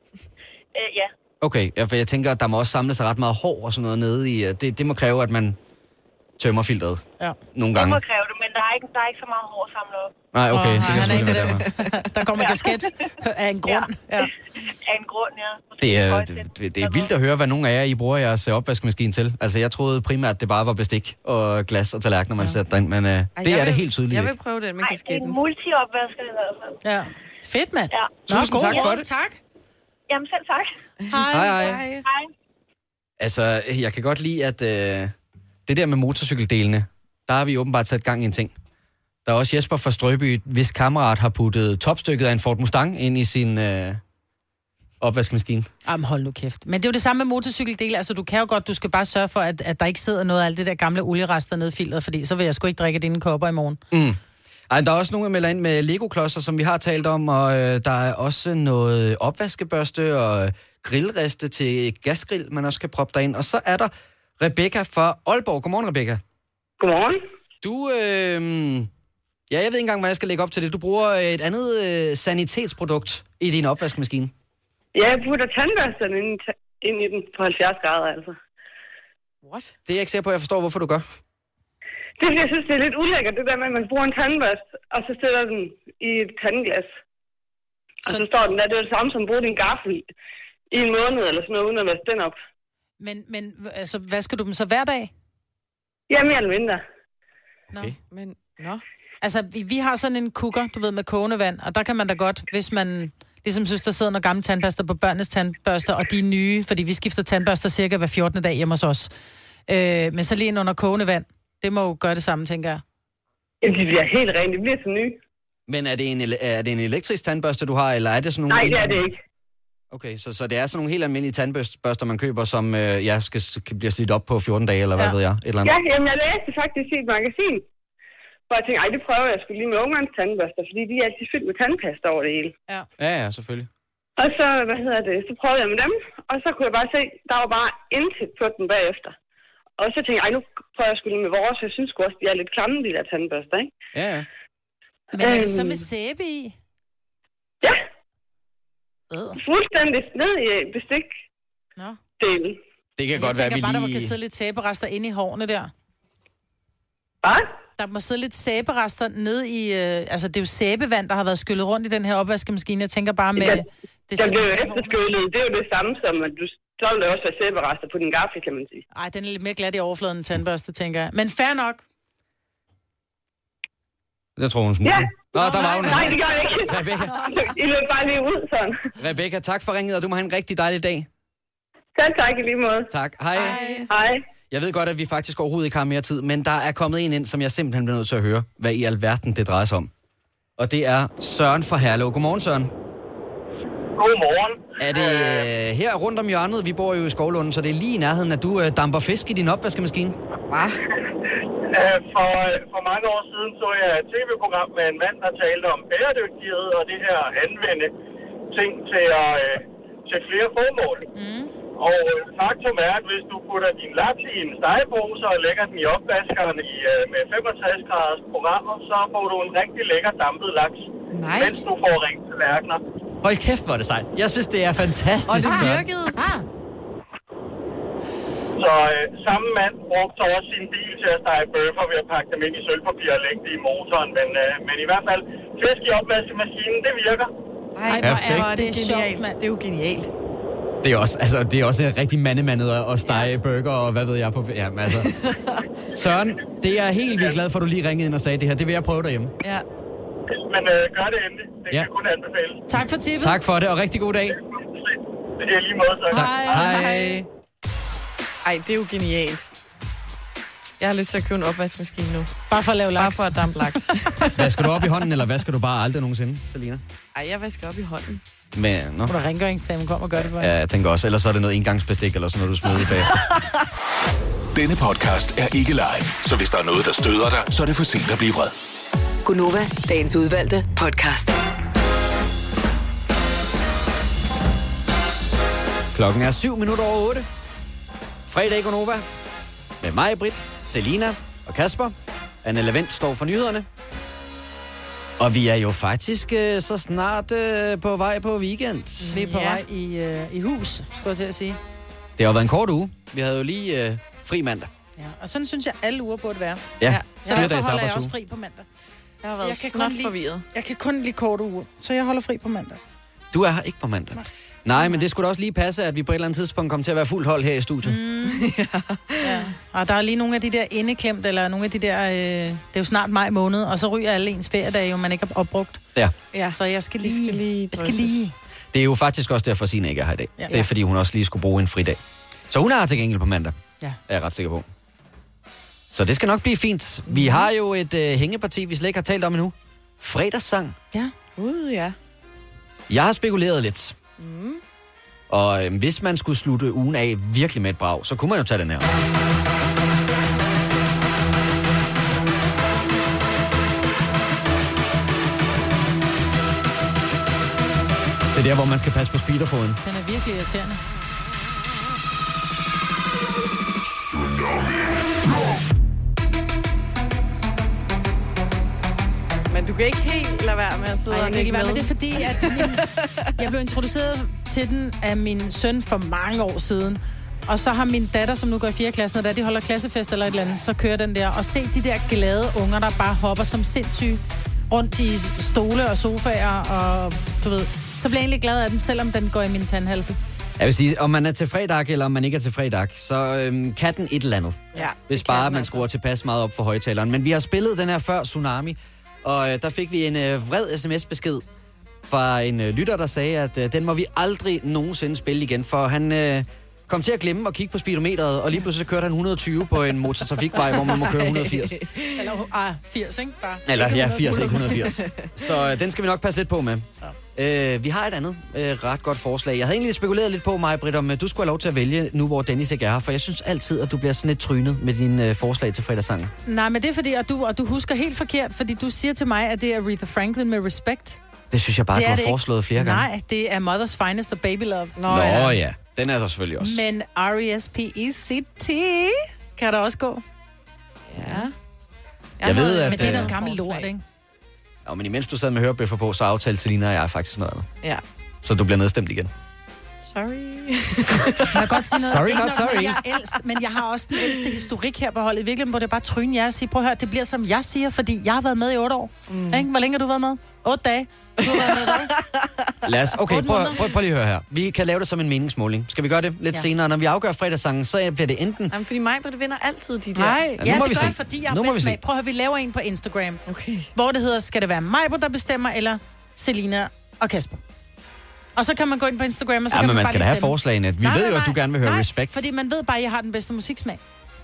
Ja. Okay, for jeg tænker, at der må også samle sig ret meget hår og sådan noget nede i. Det må kræve, at man tømmer filteret. Ja. Nogle gange. Det må kræve det, men der er ikke så meget hår samlet op. Nej, okay. Det kan selvfølgelig være derfor. Der kommer kasket af en grund. Ja. Af en grund, ja. Det er vildt at høre, hvad nogle af jer I bruger jeres opvaskemaskine til. Altså, jeg troede primært, det bare var bestik og glas og tallerkener, man sætter derind, men det er det helt tydeligt. Jeg vil prøve den med kasketten. Det er en multi-opvasker i hvert fald. Ja. Fedt, mand. Ja. Tusind tak for det. Tak. Jamen selv tak. Hej. Altså, jeg kan godt lide, at det der med motorcykeldelene, der har vi åbenbart sat gang i en ting. Der er også Jesper fra Strøby, hvis kammerat har puttet topstykket af en Ford Mustang ind i sin opvaskemaskine. Jamen hold nu kæft. Men det er jo det samme med motorcykeldele. Altså du kan jo godt, du skal bare sørge for, at der ikke sidder noget af alt det der gamle olierester nede i filteret, fordi så vil jeg sgu ikke drikke dine kopper i morgen. Ej, der er også nogle, der melder ind med Lego-klodser, som vi har talt om, og der er også noget opvaskebørste og grillreste til gasgrill, man også kan proppe derind. Og så er der Rebecca fra Aalborg. Godmorgen, Rebecca. Godmorgen. Du, jeg ved ikke engang, hvad jeg skal lægge op til det. Du bruger et andet sanitetsprodukt i din opvaskemaskine. Ja, jeg putter tandbørsten ind i den på 70 grader, altså. What? Det er jeg ikke sikker på, at jeg forstår, hvorfor du gør. Det er, fordi jeg synes, det er lidt ulækkert, det der med, at man bruger en tandbørst, og så stiller den i et tandglas. Og så står den der, det er det samme som at bruge din gaffel i en måned eller sådan noget, uden at vaske den op. Men altså, vasker du dem så hver dag? Ja, mere eller mindre. Okay. Nå. Altså, vi har sådan en kukker, du ved, med kogende vand, og der kan man da godt, hvis man ligesom synes, der sidder nogle gamle tandbørster på børnenes tandbørster, og de er nye, fordi vi skifter tandbørster cirka hver 14. dag hjemme hos os. Men så lige ind under kogende vand, det må jo gøre det samme, tænker jeg. Ja, de bliver helt rene, de bliver så nye. Men er det en elektrisk tandbørste, du har, eller er det sådan nogle... Nej, det er det ikke. Okay, så det er sådan nogle helt almindelige tandbørster, man køber, som skal blive slidt op på 14 dage, eller hvad ved jeg? Et eller andet. Ja, jamen, jeg læste faktisk i et magasin, hvor jeg tænkte, det prøver jeg skulle lige med ungernes tandbørster, fordi de er altid fyldt med tandpasta over det hele. Ja, selvfølgelig. Og så, så prøvede jeg med dem, og så kunne jeg bare se, der var bare intet på den bagefter. Og så tænkte jeg, nu prøver jeg skulle lige med vores, jeg synes også, de er lidt klamme, de der tandbørster, ikke? Ja. Men er det så med sæbe i? Ja. Fuldstændig ned i bestik. Nå. Delen. Det kan godt være, vi lige... bare, der kan sidde lidt sæberester inde i hårene der. Hvad? Der må sidde lidt sæberester nede i... altså, det er jo sæbevand, der har været skyllet rundt i den her opvaskemaskine. Jeg tænker bare med... Det bliver jo efterskyllet. Det er jo det samme som, at du tåler også være sæberester på din gaffel, kan man sige. Ej, den er lidt mere glat i overfladen end tandbørste, tænker jeg. Men fair nok. Jeg tror, hun smutter. Ja. Nå, der var hun. Nej, det gør jeg ikke. Rebecca. I løb bare lige ud, sådan. Rebecca, tak for ringet, og du må have en rigtig dejlig dag. Tak i lige måde. Tak. Hej. Hej. Jeg ved godt, at vi faktisk overhovedet ikke har mere tid, men der er kommet en ind, som jeg simpelthen bliver nødt til at høre, hvad i alverden det drejer sig om. Og det er Søren fra Herlev. Godmorgen, Søren. Godmorgen. Er det her rundt om hjørnet? Vi bor jo i Skovlunden, så det er lige i nærheden, at du damper fisk i din opvaskemaskine? Hvad? For mange år siden så jeg et tv-program med en mand, der talte om bæredygtighed og det her anvende ting til flere formål. Og faktum er, at hvis du putter din laks i en stegepose og lægger den i opvaskeren med 65 graders programmer, så får du en rigtig lækker dampet laks, mens du får rent tallerkener. Hold kæft, hvor er det sejt. Jeg synes, det er fantastisk. Og det virkede. Så samme mand brugte også sin bil til at stege bøffer ved at pakke dem ind i sølvpapir og lægge det i motoren. Men i hvert fald, fisk i opvaskemaskinen, det virker. Ej, hvor er det genialt, mand. Det er jo genialt. Det er også rigtig mandemandet at stege burger og hvad ved jeg på... Jamen, altså. Søren, det er helt vildt glad for, at du lige ringede ind og sagde det her. Det vil jeg prøve derhjemme. Ja. Men gør det endelig. Det kan kun anbefales. Tak for tippet. Tak for det, og rigtig god dag. Det er lige måde, så. Hej. Ej, det er jo genialt. Jeg har lyst til at købe en opvaskemaskine nu. Bare for at lave laks. Bare for at dampe laks. Vasker du op i hånden, eller vasker du bare aldrig nogensinde, Selina? Ej, jeg vasker op i hånden. Men, Må der rengøringsdamen komme og gøre det for? Ja, jeg tænker også. Ellers så er det noget engangsbestik, eller sådan noget, du smider i bag. Denne podcast er ikke live, så hvis der er noget, der støder dig, så er det for sent at blive vred. Gunova, dagens udvalgte podcast. Klokken er 7:07. Fredag i Gunova. Med mig, Britt, Selina og Kasper. Anne Levent står for nyhederne. Og vi er jo faktisk så snart på vej på weekend. Vi er på vej i hus, skulle jeg til at sige. Det har jo været en kort uge. Vi havde jo lige fri mandag. Ja, og sådan synes jeg, alle uger burde være. Ja, så derfor holder jeg også fri på mandag. Jeg har været snart forvirret. Jeg kan kun lide korte uger, så jeg holder fri på mandag. Du er her ikke på mandag? Nej, men det skulle da også lige passe, at vi på et eller andet tidspunkt kommer til at være fuldt hold her i studiet. Ja. Og der er lige nogle af de der indeklemt, eller nogle af de der... det er jo snart maj måned, og så ryger alle ens feriedage, jo man ikke har opbrugt. Ja. Så jeg skal lige... Det er jo faktisk også derfor, Signe ikke er her i dag. Ja. Det er, fordi hun også lige skulle bruge en fridag. Så hun er her til gengæld på mandag. Ja. Er jeg ret sikker på. Så det skal nok blive fint. Vi har jo et hængeparti, vi slet ikke har talt om endnu. Fredagssang. Ja. Ja. Jeg har spekuleret lidt. Og hvis man skulle slutte ugen af virkelig med et brag, så kunne man jo tage den her. Det er der, hvor man skal passe på speederfoden. Den er virkelig irriterende. Men du kan ikke helt lade være med at sidde og nikke med. Men det er fordi, at jeg blev introduceret til den af min søn for mange år siden. Og så har min datter, som nu går i 4. klasse, når de holder klassefest eller et eller andet, så kører den der. Og se de der glade unger, der bare hopper som sindssyge rundt i stole og sofaer, og du ved. Så bliver jeg egentlig glad af den, selvom den går i min tandhalse. Jeg vil sige, om man er til fredag, eller om man ikke er til fredag, så kan den et eller andet. Ja, hvis bare man skruer tilpas meget op for højtaleren. Men vi har spillet den her før Tsunami, og der fik vi en vred sms-besked fra en lytter, der sagde, at den må vi aldrig nogensinde spille igen, for han kom til at glemme at kigge på speedometeret, og lige pludselig så kørte han 120 på en motortrafikvej, hvor man må køre 180. Eller 80, ikke? Bare. Eller ja, 80, ikke 180. Så den skal vi nok passe lidt på med. Ja. Vi har et andet ret godt forslag. Jeg havde egentlig spekuleret lidt på mig, Britt, om du skulle have lov til at vælge, nu hvor Dennis ikke er her, for jeg synes altid, at du bliver sådan lidt trynet med dine forslag til fredagssangen. Nej, men det er fordi, at du husker helt forkert, fordi du siger til mig, at det er Aretha Franklin med Respect. Det synes jeg bare, du har foreslået flere gange. Nej, det er Mother's Finest og Baby Love. Nå ja. Den er så selvfølgelig også. Men R.E.S.P.E.C.T. kan der også gå. Ja. Jeg ved, at... Men det er noget gammelt lort, ikke? Ja, men imens du sad med hørebøffer på, så aftalte Selina og jeg faktisk noget andet. Ja. Så du bliver nedstemt igen. Sorry. Jeg kan godt sige noget. Sorry, not sorry. Jeg er ældst, men jeg har også den ældste historik her på holdet. I virkeligheden, hvor det er bare tryne jer og sige, prøv at høre, det bliver som jeg siger, fordi jeg har været med i 8 år. Ikke? Hvor længe har du været med? 8 dage. Du har været med, Lad os, okay, prøv lige at høre her. Vi kan lave det som en meningsmåling. Skal vi gøre det lidt senere? Når vi afgør fredagssangen, så bliver det enten... Jamen, fordi mig, det vinder altid de der. Nej, det gør fordi jeg har bedst smag. Prøv at høre, vi laver en på Instagram. Okay. Hvor det hedder, skal det være mig, der bestemmer, eller Selina og Kasper? Og så kan man gå ind på Instagram, og så kan man bare skal da have forslagene. Vi ved jo, at du gerne vil høre Respect. Fordi man ved bare, at jeg har den bedste musiksmag.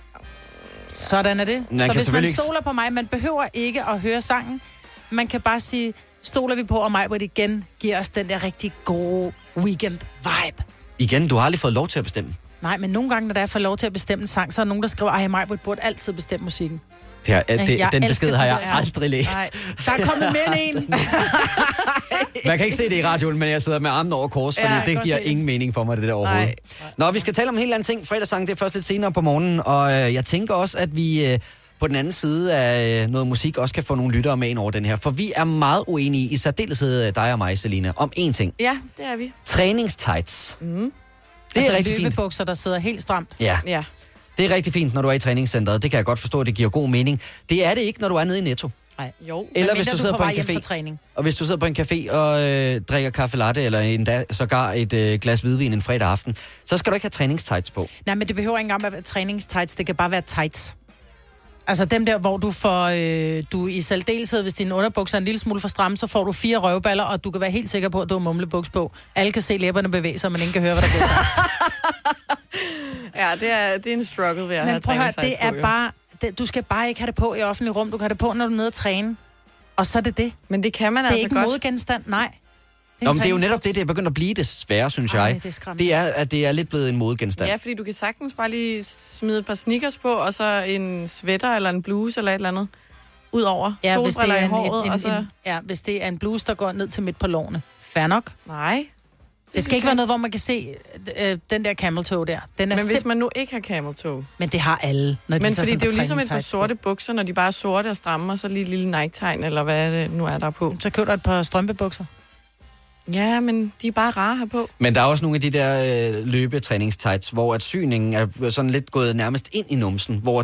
Sådan er det. Så hvis man stoler på mig, man behøver ikke at høre sangen. Man kan bare sige, stoler vi på, og mig, hvor det igen giver os den der rigtig gode weekend-vibe. Igen, du har aldrig fået lov til at bestemme. Nej, men nogle gange, når der er for lov til at bestemme en sang, så er der nogen, der skriver, ej, mig burde altid bestemme musikken. Den besked har jeg aldrig læst. Nej. Der er kommet mere end en. Man kan ikke se det i radioen, men jeg sidder med armen over kors, fordi det giver ingen mening for mig, det der overhovedet. Nå, vi skal tale om en helt anden ting. Fredagssang, det er først lidt senere på morgenen, og jeg tænker også, at vi på den anden side af noget musik også kan få nogle lyttere med ind over den her. For vi er meget uenige, i særdeleshed dig og mig, Selina, om én ting. Ja, det er vi. Træningstights. Mm. Det er rigtig fint. Løbebukser, der sidder helt stramt. Ja. Det er rigtig fint, når du er i træningscenteret. Det kan jeg godt forstå, at det giver god mening. Det er det ikke, når du er nede i Netto. Nej. Jo, eller hvis du sidder på en café. Og hvis du sidder på en café og drikker kaffe latte, eller endda sågar et glas hvidvin en fredag aften, så skal du ikke have træningstights på. Nej, men det behøver ikke engang at være træningstights. Det kan bare være tights. Altså dem der, hvor du får, du i særdeleshed, hvis dine underbukser er en lille smule for stramme, så får du 4 røvballer, og du kan være helt sikker på, at du har mumlebuks på. Alle kan se læberne bevæge sig, men ingen kan høre, hvad der bliver sagt. Ja, det er en struggle ved at have træningstights på. Det er bare, du skal bare ikke have det på i offentlig rum. Du kan have det på, når du er nede og træne. Og så er det det. Men det kan man altså godt. Det er ikke en modegenstand, nej. Det er jo netop det er begyndt at blive det svære, synes jeg. Det er, at det er lidt blevet en modegenstand. Ja, fordi du kan sagtens bare lige smide et par sneakers på, og så en sweater eller en bluse eller et eller andet ud over. Ja, solbriller i håret, og så... hvis det er en bluse, der går ned til midt på lårene. Fair nok. Nej. Det skal ikke være noget, hvor man kan se den der camel toe der. Den er men hvis man nu ikke har camel toe... Men det har alle, når de men så fordi det er jo ligesom et par på sorte bukser, når de bare er sorte og stramme, og så lige et lille Nike-tegn, eller hvad det nu er der på. Så køber du et par strømpebukser. Ja, men de er bare rare her på. Men der er også nogle af de der løbetræningstights, hvor at syningen er sådan lidt gået nærmest ind i numsen, hvor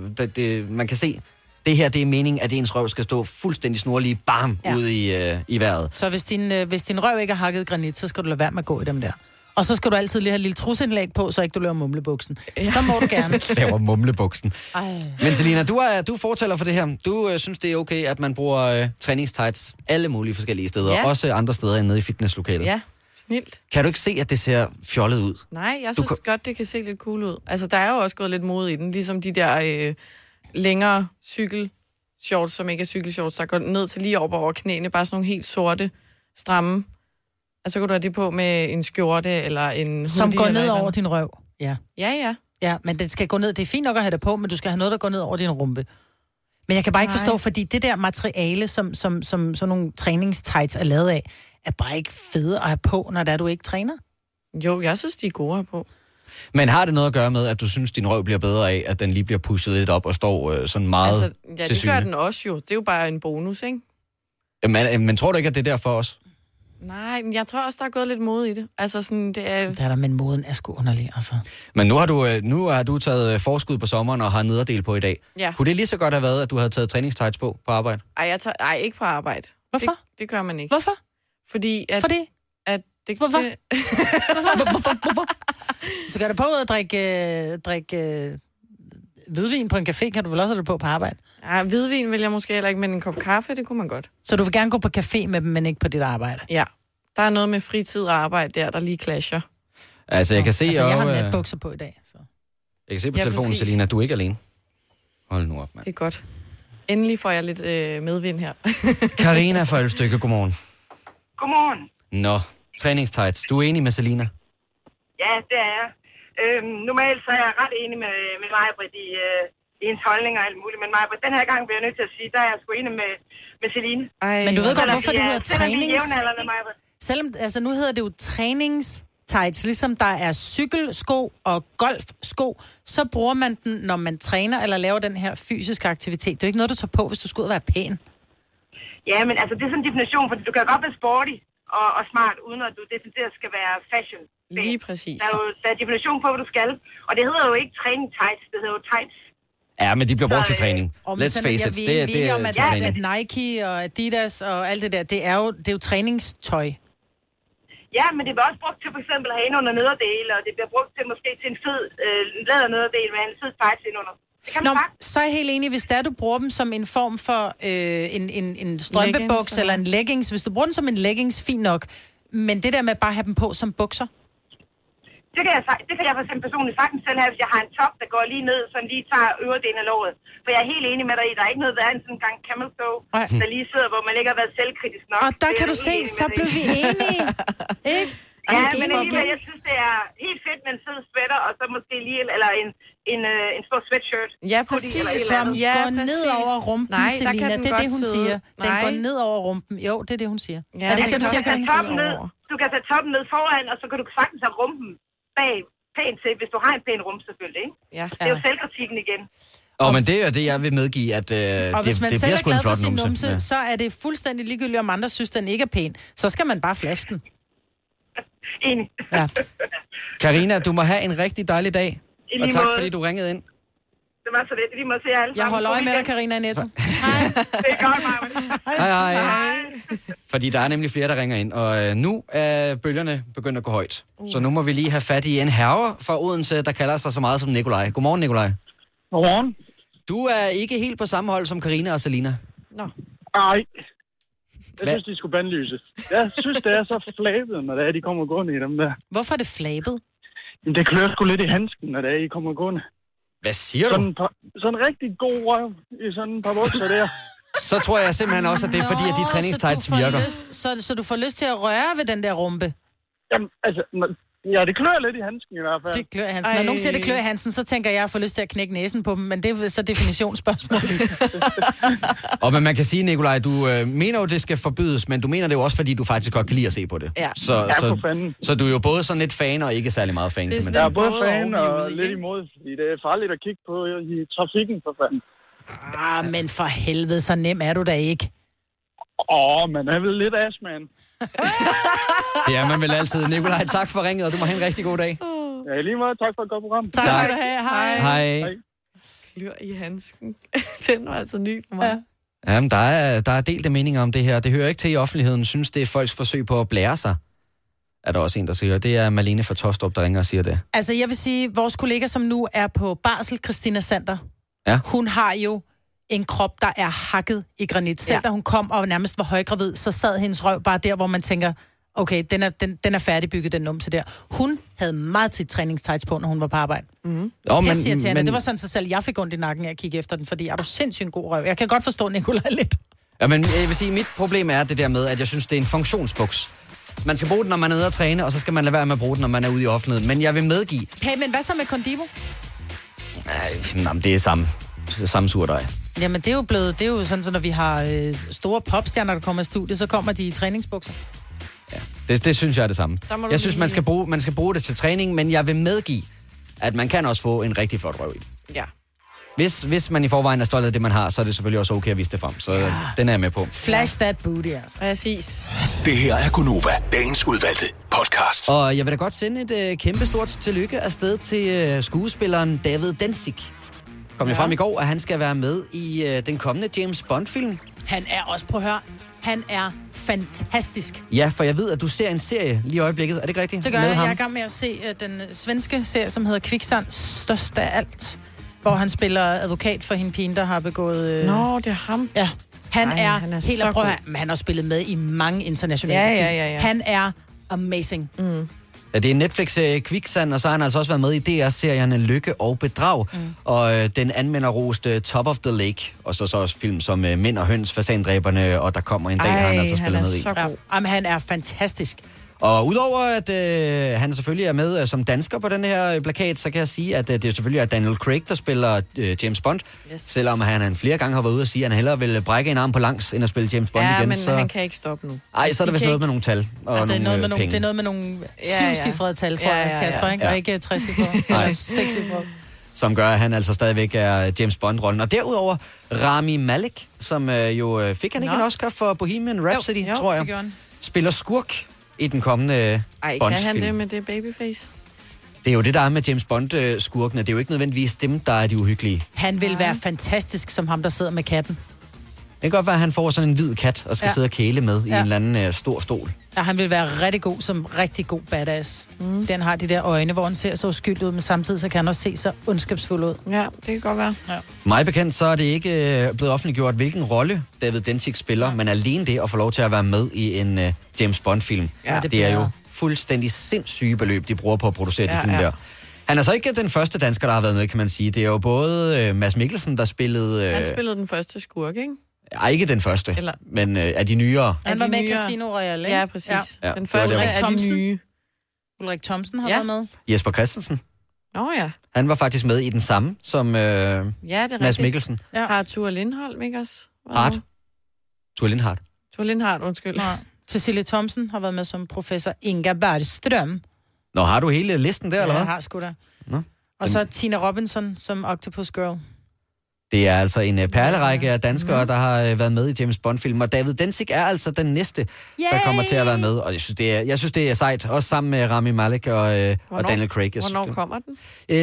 man kan se, det her det er meningen, at ens røv skal stå fuldstændig snorlige ude i vejret. Så hvis din røv ikke er hakket i granit, så skal du lade være med at gå i dem der. Og så skal du altid lige have et lille trusindlæg på, så ikke du laver mumlebuksen. Ja. Så må du gerne. Laver mumlebuksen. Men Selina, du er fortaler for det her. Du synes, det er okay, at man bruger træningstights alle mulige forskellige steder. Ja. Også andre steder end nede i fitnesslokalet. Ja, snilt. Kan du ikke se, at det ser fjollet ud? Nej, jeg synes godt, det kan se lidt cool ud. Altså, der er jo også gået lidt mode i den. Ligesom de der længere cykelshorts, som ikke er cykelshorts, der går ned til lige over knæene. Bare sådan nogle helt sorte, stramme. Og så kan du have det på med en skjorte eller en hoodie. Som går ned over din røv. Ja. Ja, men det skal gå ned. Det er fint nok at have det på, men du skal have noget, der går ned over din rumpe. Men jeg kan bare ikke forstå, fordi det der materiale, som sådan nogle træningstights er lavet af, er bare ikke fede at have på, når det er, du ikke træner. Jo, jeg synes, de er gode på. Men har det noget at gøre med, at du synes, din røv bliver bedre af, at den lige bliver pushet lidt op og står sådan meget til syne? Ja, det gør den også jo. Det er jo bare en bonus, ikke? Men tror du ikke, at det er derfor også? Nej, men jeg tror også, der er gået lidt mode i det. Altså sådan, det er... Der er der, men moden er sgu underlig, altså. Men nu har du taget forskud på sommeren og har nederdel på i dag. Ja. Kunne det lige så godt have været, at du havde taget træningstights på arbejde? Ej, ikke på arbejde. Hvorfor? Det gør man ikke. Hvorfor? Fordi at det... Hvorfor? Hvorfor? Så gør det på at drikke hvidvin på en café, kan du vel også have det på arbejde? Ja, hvidvin vil jeg måske heller ikke, men en kop kaffe, det kunne man godt. Så du vil gerne gå på café med dem, men ikke på dit arbejde? Ja. Der er noget med fritid og arbejde der lige clasher. Altså, jeg kan se... Altså, jeg har natbukser på i dag, så... Jeg kan se på telefonen, præcis. Selina, at du ikke er alene. Hold nu op, mand. Det er godt. Endelig får jeg lidt medvind her. Karina fra Ølstykke, godmorgen. Godmorgen. Nå, træningstights. Du er enig med Selina? Ja, det er jeg. Normalt så er jeg ret enig med Maj-Brit i ens holdninger og alt muligt. Men Maj-Brit, den her gang bliver jeg nødt til at sige, der er jeg sgu enig med Celine. Men du ved godt, hvorfor det hedder trænings... Selvom altså nu hedder det jo træningstights, ligesom der er cykelsko og golfsko, så bruger man den, når man træner eller laver den her fysiske aktivitet. Det er jo ikke noget, du tager på, hvis du skal ud og være pæn. Ja, men altså det er sådan en definition, for du kan godt være sporty og smart, uden at du decideret skal være fashion. Lige præcis. Der er definition på, hvad du skal. Og det hedder jo ikke træning tights, det hedder jo tights. Ja, men de bliver brugt til træning. Let's face it. Det er om, at Nike og Adidas og alt det der, det er jo træningstøj. Ja, men det bliver også brugt til for eksempel at have ind under nederdel, og det bliver brugt til måske til en fed lædernederdel med en fed tights ind under. Så er jeg helt enig, hvis der du bruger dem som en form for en strømpebuks eller en leggings. Hvis du bruger den som en leggings, fint nok. Men det der med bare at have dem på som bukser? Det kan jeg for eksempel personligt sagtens selv have, hvis jeg har en top, der går lige ned, så lige tager øverdelen af låret. For jeg er helt enig med dig i, der er ikke noget værre end sådan en gang camel toe, der lige sidder, hvor man ikke har været selvkritisk nok. Og der kan du se, så blev vi enige. Ikke? Ja, men alligevel, jeg synes, det er helt fedt med en fed sweater, og så måske lige, eller en stor sweatshirt. Ja, præcis. Som går ned over rumpen, Nej, Selina. Det er det, hun siger. Den Nej. går ned over rumpen. Jo, det er det, hun siger. Ja, er det ikke det, du siger? Du kan tage toppen ned foran, og så kan du sagtens have rumpen bag pænt til, hvis du har en pæn rum selvfølgelig, ikke? Ja. Det er jo selvkritikken igen. Men det er det, jeg vil medgive, at og hvis man det selv bliver er sgu en glad for flot sin numse. numse, så er det fuldstændig ligegyldigt, om andre synes, den ikke er pæn. Så skal man bare flaske den. Enig. Ja. Karina, du må have en rigtig dejlig dag. Og tak, måde. fordi du ringede ind. Det var så lidt. Lige må se jer alle Jeg holder øje med dig, Karina Netto. Hej. Det er godt, Maja. Hej. Fordi der er nemlig flere, der ringer ind, og nu er bølgerne begyndt at gå højt. Så nu må vi lige have fat i en herre fra Odense, der kalder sig så meget som Nikolaj. Godmorgen, Nikolaj. Godmorgen. Du er ikke helt på samme hold som Karina og Selina. Nå. Nej. Jeg synes, de skulle bandlyses. Jeg synes, det er så flabet, når de kommer gående i dem der. Hvorfor er det flabet? Jamen, det klør sgu lidt i handsken, når I kommer gående. Hvad siger du? Sådan en rigtig god røv i sådan et par bukser der. Så tror jeg simpelthen også, at det er fordi, at de træningstights virker. Så du får lyst til at røre ved den der rumpe? Jamen, altså, ja, det klør lidt i handsken i hvert fald. Det klør i handsken. Når nogen siger, det klør i handsken, så tænker jeg, at jeg får lyst til at knække næsen på dem, men det er så definitionsspørgsmål. Men man kan sige, Nikolaj, du mener jo, det skal forbydes, men du mener det jo også, fordi du faktisk godt kan lide at se på det. Ja. Så du er jo både sådan lidt fan og ikke særlig meget fan. Jeg er både fan og lidt imod, fordi det er farligt at kigge på i trafikken, for fanden. Men for helvede, så nem er du da ikke. Man er vel lidt asman. Det er man vel altid. Nikolaj, tak for ringet, og du må have en rigtig god dag. Ja, lige meget. Tak for et godt program. Tak skal du have. Hej. Hej. Klør i handsken. Den var altså ny for mig. Ja. Jamen, der er delte meninger om det her. Det hører ikke til i offentligheden. Synes, det er folks forsøg på at blære sig. Er der også en, der siger. Det er Malene fra Tostrup, der ringer og siger det. Altså, jeg vil sige, vores kollega, som nu er på barsel, Christina Sander, hun har jo en krop, der er hakket i granit. Selv da hun kom og nærmest var højgravid, så sad hendes røv bare der, hvor man tænker, okay, den er færdigbygget, den numse der. Hun havde meget tit træningstights på, når hun var på arbejde. Mm. Det var sådan, så selv jeg fik ondt i nakken af at kigge efter den, fordi er du sindssygt en god røv. Jeg kan godt forstå Nikolaj lidt. Ja, men jeg vil sige, mit problem er det der med, at jeg synes, det er en funktionsbuks. Man skal bruge den, når man er nede og træne, og så skal man lade være med at bruge den, når man er ude i offentligheden. Men jeg vil medgive... Hey, men hvad så med Condivo? Det er samme surdej. Jamen, det er jo sådan, så når vi har store popstjerner, der kommer i studiet, så kommer de i træningsbukser. Ja, det synes jeg er det samme. Jeg synes, man skal bruge det til træning, men jeg vil medgive, at man kan også få en rigtig flot røv i det. Ja. Hvis man i forvejen er stolt af det, man har, så er det selvfølgelig også okay at vise det frem. Så den er jeg med på. Flash that booty, altså. Præcis. Det her er Gonova, dagens udvalgte podcast. Og jeg vil da godt sende et kæmpestort tillykke afsted til skuespilleren David Danzig. Kom frem i går, at han skal være med i den kommende James Bond-film. Han er også, prøv at høre, han er fantastisk. Ja, for jeg ved, at du ser en serie lige i øjeblikket. Er det ikke rigtigt? Det gør jeg. Jeg er i gang med at se den svenske serie, som hedder Kviksand, størst af alt. Hvor han spiller advokat for hende pigen, der har begået... Nå, det er ham. Ja. Han er helt at prøve, men han har spillet med i mange internationale film. Ja. Han er amazing. Mm. Ja, det er Netflix Kviksand, og så har han altså også været med i DR-serierne Lykke og Bedrag, og den anmelderroste Top of the Lake, og så også film som Mænd og Høns, Fasandræberne, og Der kommer en dag, har han altså spillet med i. Ja. Jamen, han er fantastisk. Og udover at han selvfølgelig er med som dansker på den her plakat, så kan jeg sige, at det selvfølgelig er Daniel Craig, der spiller James Bond. Yes. Selvom han flere gange har været ude og sige, at han hellere vil brække en arm på langs, end at spille James Bond igen. Men så... han kan ikke stoppe nu. Ej, så er der vist noget med nogle tal og det er nogle noget penge. Det er noget med nogle 7-cifrede tal, tror jeg, Kasper, ikke? Og ikke 60-cifrede. Nej. 6-cifrede. Som gør, at han altså stadigvæk er James Bond-rollen. Og derudover Rami Malek, som jo fik han ikke en Oscar for Bohemian Rhapsody, tror jeg. Spiller skurk i den kommende Bond-film. Kan han det med det babyface? Det er jo det, der er med James Bond-skurkene. Det er jo ikke nødvendigvis dem, der er de uhyggelige. Han vil være fantastisk som ham, der sidder med katten. Det kan godt være, at han får sådan en hvid kat og skal sidde og kæle med i en eller anden stor stol. Ja, han vil være rigtig god som rigtig god badass. Fordi han har de der øjne, hvor han ser så uskyldig ud, men samtidig så kan han også se så ondskabsfuld ud. Ja, det kan godt være. Ja. Mig bekendt, så er det ikke blevet offentliggjort, hvilken rolle David Danzig spiller, men alene det at få lov til at være med i en James Bond-film. Ja, det er jo fuldstændig sindssyge beløb, de bruger på at producere de film der. Han er så ikke den første dansker, der har været med, kan man sige. Det er jo både Mads Mikkelsen, der spillede... Han spillede den første skurk, ikke? Ja, ikke den første, men af de nyere. Han var med i Casino Royale, ikke? Ja, præcis. Ja. Den første af de nye. Ulrik Thomsen har været med. Jesper Christensen. Ja. Han var faktisk med i den samme som Ja, det er Mads Mikkelsen. Ja. Har Thure Lindholm, ikke også? Thure Lindhardt. Thure Lindhardt, undskyld. Ja. Cecilie Thomsen har været med som professor Inga Bergstrøm. Nå, har du hele listen der, eller hvad? Ja, jeg har sgu da. Nå. Og så Tina Robinson som Octopus Girl. Det er altså en perlerække af danskere, der har været med i James Bond-film, og David Densig er altså den næste, der kommer til at være med. Og jeg synes, det er sejt, også sammen med Rami Malek og Daniel Craig. Hvornår kommer den?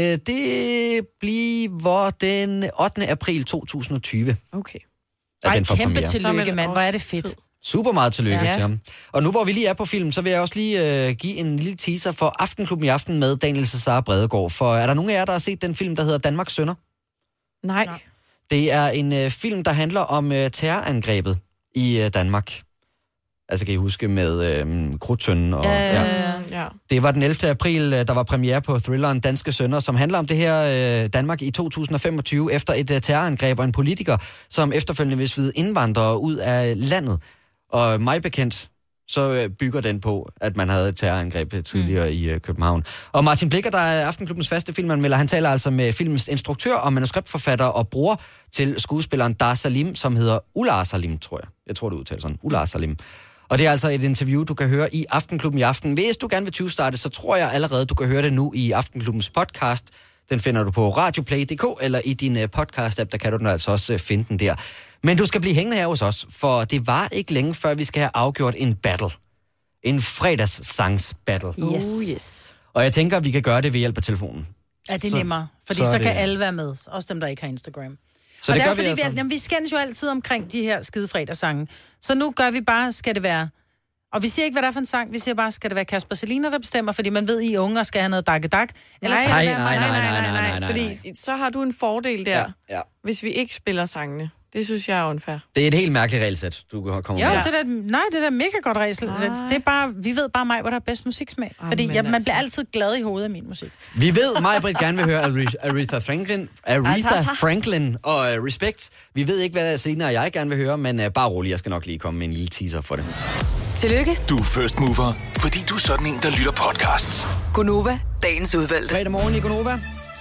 Det bliver den 8. april 2020. Okay. Ej, kæmpe tillykke, mand. Hvor er det fedt. Super meget tillykke til ham. Og nu hvor vi lige er på film, så vil jeg også lige give en lille teaser for Aftenklubben i aften med Daniel Cesar Bredegaard. For er der nogen af jer, der har set den film, der hedder Danmarks Sønner? Nej. Det er en film, der handler om terrorangrebet i Danmark. Altså kan I huske med Krudtønden og... Ja. Det var den 11. april, der var premiere på thrilleren Danske Sønner, som handler om det her Danmark i 2025 efter et terrorangreb og en politiker, som efterfølgende vil svide indvandrere ud af landet. Og mig bekendt, så bygger den på, at man havde et terrorangreb tidligere i København. Og Martin Blikker, der er Aftenklubbens faste filmanmelder, han taler altså med filmens instruktør og manuskriptforfatter og bror til skuespilleren Dar Salim, som hedder Ular Salim, tror jeg. Jeg tror, det udtaler sådan. Ular Salim. Og det er altså et interview, du kan høre i Aftenklubben i aften. Hvis du gerne vil 20-starte, så tror jeg allerede, du kan høre det nu i Aftenklubbens podcast. Den finder du på radioplay.dk eller i din podcast-app, der kan du den altså også finde den der. Men du skal blive hængende her hos os, for det var ikke længe før, vi skal have afgjort en battle. En fredagssangs-battle. Yes. Og jeg tænker, at vi kan gøre det ved hjælp af telefonen. Ja, det er nemmere, fordi så kan alle være med. Også dem, der ikke har Instagram. Så og det det er gør fordi, vi skændes jo altid omkring de her skide fredagssange. Så nu gør vi bare, skal det være... Og vi siger ikke, hvad der er for en sang. Vi siger bare, skal det være Kasper Selina, der bestemmer, fordi man ved, I unge skal have noget dak. Eller skal det være nej. Fordi så har du en fordel der, hvis vi ikke spiller sangene. Det synes jeg er unfair. Det er et helt mærkeligt regelsæt, du kommer med. Jo, det er da mega godt regelsæt. Det er bare, vi ved bare mig, hvor der er bedst musiksmag. Fordi man bliver altid glad i hovedet af min musik. Vi ved, Maj-Brit gerne vil høre Aretha Franklin og Respect. Vi ved ikke, hvad Selina og jeg gerne vil høre, men bare rolig, jeg skal nok lige komme med en lille teaser for det. Tillykke. Du er first mover, fordi du er sådan en, der lytter podcasts. Gunova, dagens udvalgte. Fredag morgen i Gunova.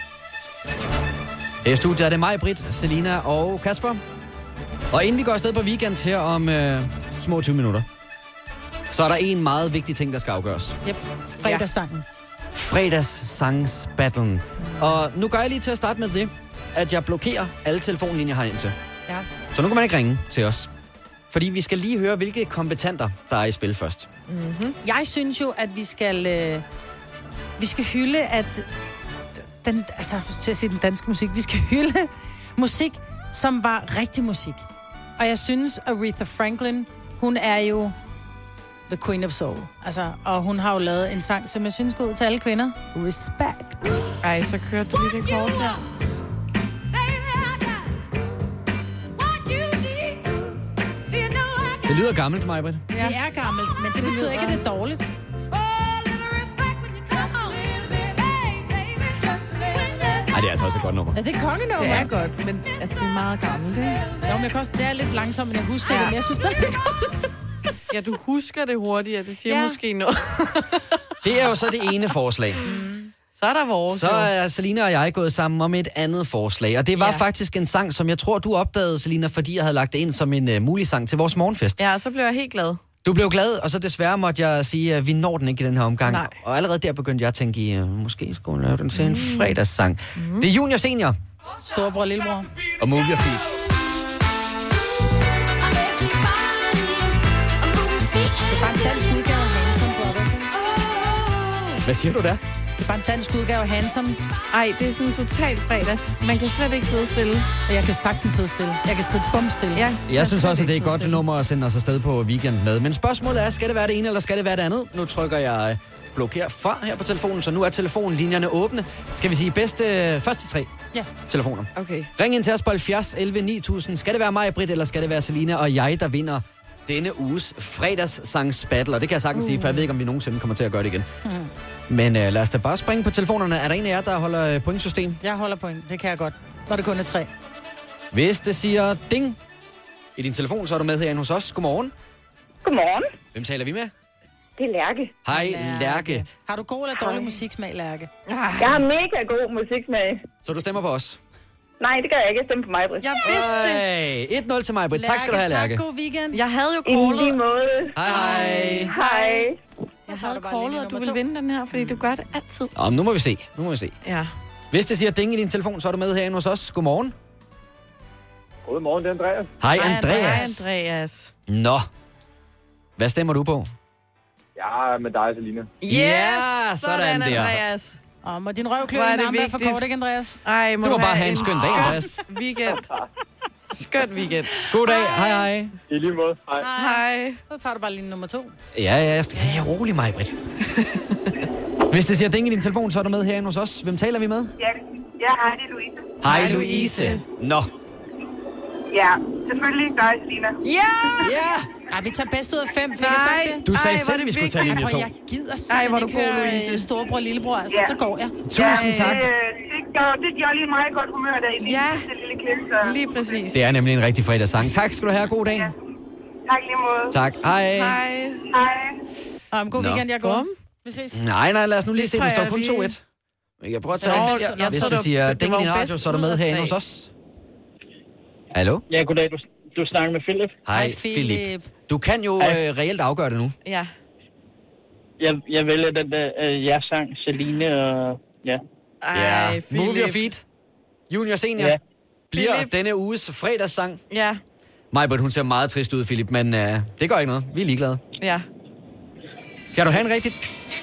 I studiet er det Maj-Brit, Selina og Kasper. Og inden vi går afsted på weekend her om små 20 minutter, så er der en meget vigtig ting, der skal afgøres. Yep, fredagssangen. Fredagssangs-battlen. Og nu gør jeg lige til at starte med det, at jeg blokerer alle telefonlinjer herind til. Ja. Så nu kan man ikke ringe til os. Fordi vi skal lige høre, hvilke kompetenter, der er i spil først. Mm-hmm. Jeg synes jo, at vi skal hylde, at til at sige den danske musik, vi skal hylde musik, som var rigtig musik. Og jeg synes, Aretha Franklin, hun er jo the queen of soul. Altså, og hun har jo lavet en sang, som jeg synes går ud til alle kvinder. Respect. Ej, så kørte du lige det kort der. Det lyder gammelt, Maj-Brit. Ja. Det er gammelt, men det betyder ikke, at det er dårligt. Ej, det er altså også et godt nummer. Ja, det er kongenummer. Det er godt, men altså, det er meget gammelt, ikke? Jo, men det er lidt langsomt, men jeg husker det, men jeg synes det er godt. Ja, du husker det hurtigt, det siger måske noget. Det er jo så det ene forslag. Så er der vores. Så er Selina og jeg gået sammen om et andet forslag, og det var faktisk en sang, som jeg tror, du opdagede, Selina, fordi jeg havde lagt det ind som en mulig sang til vores morgenfest. Ja, så blev jeg helt glad. Du blev glad, og så desværre måtte jeg sige, at vi når den ikke i den her omgang. Nej. Og allerede der begyndte jeg at tænke i, måske skulle hun lave den til en fredagssang. Det er Junior Senior. Storebror, lillebror. Og Move Your Feet. Det er bare en dansk udgave af Hanson Brothers. Hvad siger du der? Det er bare en dansk udgave af Hansons. Ej, det er sådan totalt fredags. Man kan slet ikke sidde stille. Og jeg kan sagtens sidde stille. Jeg kan sidde bumstille. Jeg synes også, at det er et godt nummer at sende os afsted på weekend med. Men spørgsmålet er, skal det være det ene, eller skal det være det andet? Nu trykker jeg blokér fra her på telefonen, så nu er telefonlinjerne åbne. Skal vi sige første 3 telefoner? Okay. Ring ind til os på 70 11 9000. Skal det være mig, Britt, eller skal det være Selina og jeg, der vinder denne uges fredagssangs-battle? Og det kan jeg sagtens sige, for jeg ved ikke, om vi nogensinde kommer til at gøre det igen. Men lad os da bare springe på telefonerne. Er der en af jer, der holder pointsystem? Jeg holder point. Det kan jeg godt. Når det kun er 3. Hvis det siger ding i din telefon, så er du med herinde hos os. Godmorgen. Godmorgen. Hvem taler vi med? Det er Lærke. Hej, Lærke. Har du god eller dårlig musiksmag, Lærke? Jeg har mega god musiksmag. Så du stemmer på os? Nej, det gør jeg ikke. Jeg stemmer på mig, Britt. Jeg vidste det. 1-0 til mig, Britt. Tak skal du have, Lærke. Tak, god weekend. Jeg havde jo I callet. lige måde. Hej. Hej. Jeg havde callet, at du ville vinde den her, fordi du gør det altid. Nu må vi se. Ja. Hvis det siger ding i din telefon, så er du med herinde hos os. Godmorgen. Godmorgen, det er Andreas. Hej, Hej, Andreas. Andreas. Nå. Hvad stemmer du på? Ja, med dig, Selina. Yes, sådan der. Andreas. Må din røv klør Hvor er din det arm være for vigtigt. kort, ikke, Andreas? Ej, Du må bare have en skøn dag, Andreas. Weekend. Skøn weekend. God dag. Hej. I lige måde. Hej. Hej. Så tager du bare linje nummer 2. Ja, rolig mig, Britt. Hvis det siger ding i din telefon, så er du med herinde hos os. Hvem taler vi med? Ja, hej, det er Louise. Hej, Louise. Nå. Ja, selvfølgelig dig, Selina. Ja! Ej, vi tager bedst ud af 5, fik jeg sagt det? Du sagde selv, vi skulle tage linje 2. Jeg gider Ej, hvor simpelthen du ikke god, høre Louise. storebror og lillebror, altså, så går jeg. Tusind tak. Det gjorde lige meget godt humør der i det lille klip. Så. Lige præcis. Det er nemlig en rigtig fredagssang. Tak skal du have. God dag. Tak lige måde. Tak. Hej. Hej. God weekend, jeg går. Vi ses. Nej, lad os nu lige se. Det står kun 2-1. Jeg prøver at tage. Hvis det siger ding i din radio, så er du med herinde hos os. Hallo? Ja, goddag. Du snakker med Philip. Hej, Philip. Du kan jo reelt afgøre det nu. Ja. Jeg vælger den der jeg-sang, Celine og... Ja. Ja, Move Your Feet. Junior Senior. Ja. Bliver Philip. denne uges fredagssang. Ja. Majbert, hun ser meget trist ud, Philip, men det gør ikke noget. Vi er ligeglade. Ja. Kan du have en rigtig...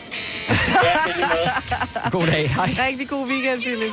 God dag. Hej. Rigtig god weekend, Philip.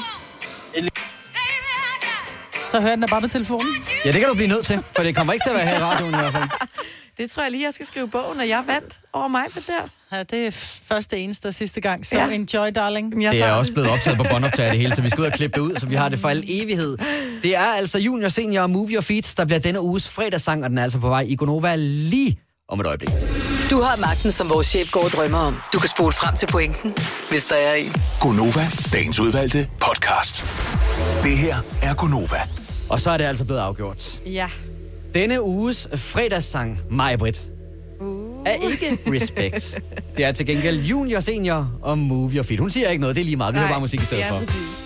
Så hører den da bare på telefonen. Ja, det kan du blive nødt til, for det kommer ikke til at være her i radioen i hvert fald. Det tror jeg lige, jeg skal skrive bogen, når jeg vandt over mig på der. Ja, det er første, eneste og sidste gang. Så enjoy, darling. Det er også blevet optaget på båndoptager det hele, så vi skal ud og klippe det ud, så vi har det for al evighed. Det er altså Junior Senior og Move Your Feet, der bliver denne uges fredagssang, og den er altså på vej i Gonova lige om et øjeblik. Du har magten, som vores chef går og drømmer om. Du kan spole frem til pointen, hvis der er en. Gonova, dagens udvalgte podcast. Det her er Gonova. Og så er det altså blevet afgjort. Ja. Denne uges fredagssang, Majbrit, er ikke Respect. Det er til gengæld Junior Senior og Move Your Feet. Hun siger ikke noget, det er lige meget. Vi har bare musik i stedet for. Præcis.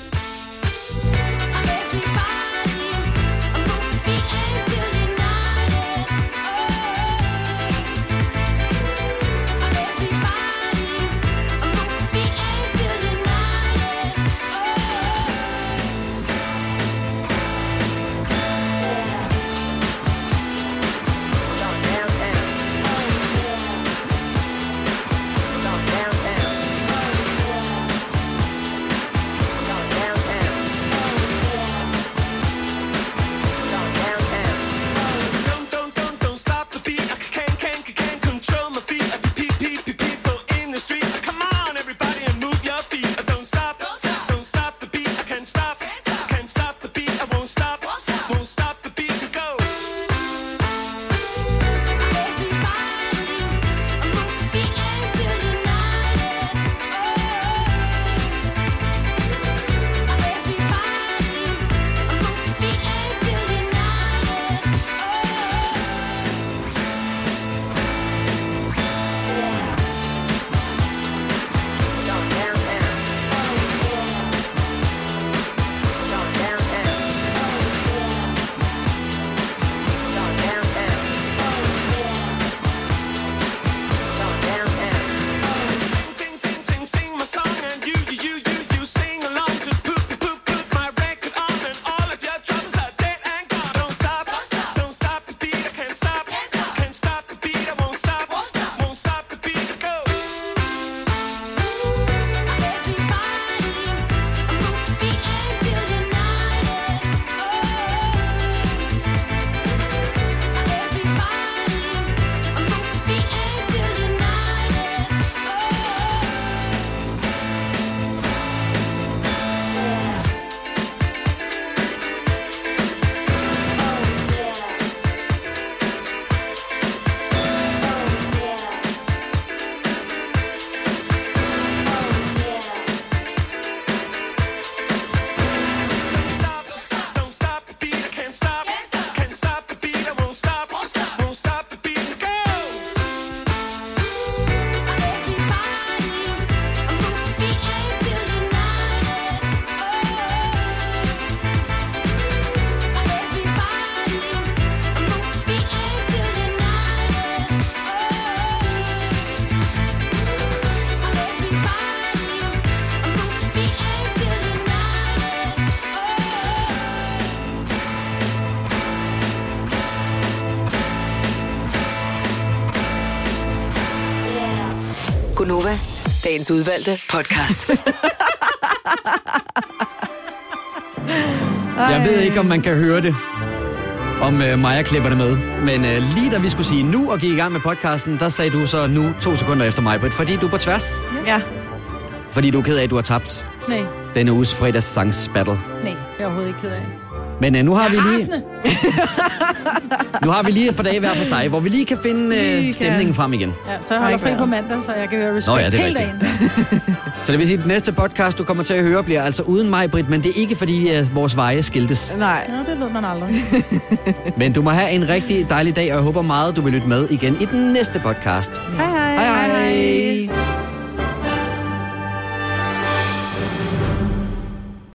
Gunova, dagens udvalgte podcast. Jeg ved ikke, om man kan høre det, om Maja klipper det med. Men lige da vi skulle sige nu og gik i gang med podcasten, der sagde du så nu 2 sekunder efter mig, Britt, fordi du er på tværs. Ja. Fordi du er ked af, at du har tabt Nej. denne uges fredagssangs battle. Nej, det er overhovedet ikke ked af. Men nu har vi lige et par dage hver for sig, hvor vi lige kan finde stemningen frem igen. Ja, så holder fri på mandag, så jeg kan høre Respekt hele dagen. Så det vil sige, at den næste podcast, du kommer til at høre, bliver altså uden mig, Britt, men det er ikke, fordi vores veje skiltes. Nej. Ja, det ved man aldrig. Men du må have en rigtig dejlig dag, og jeg håber meget, du vil lytte med igen i den næste podcast. Hej hej. Hej hej.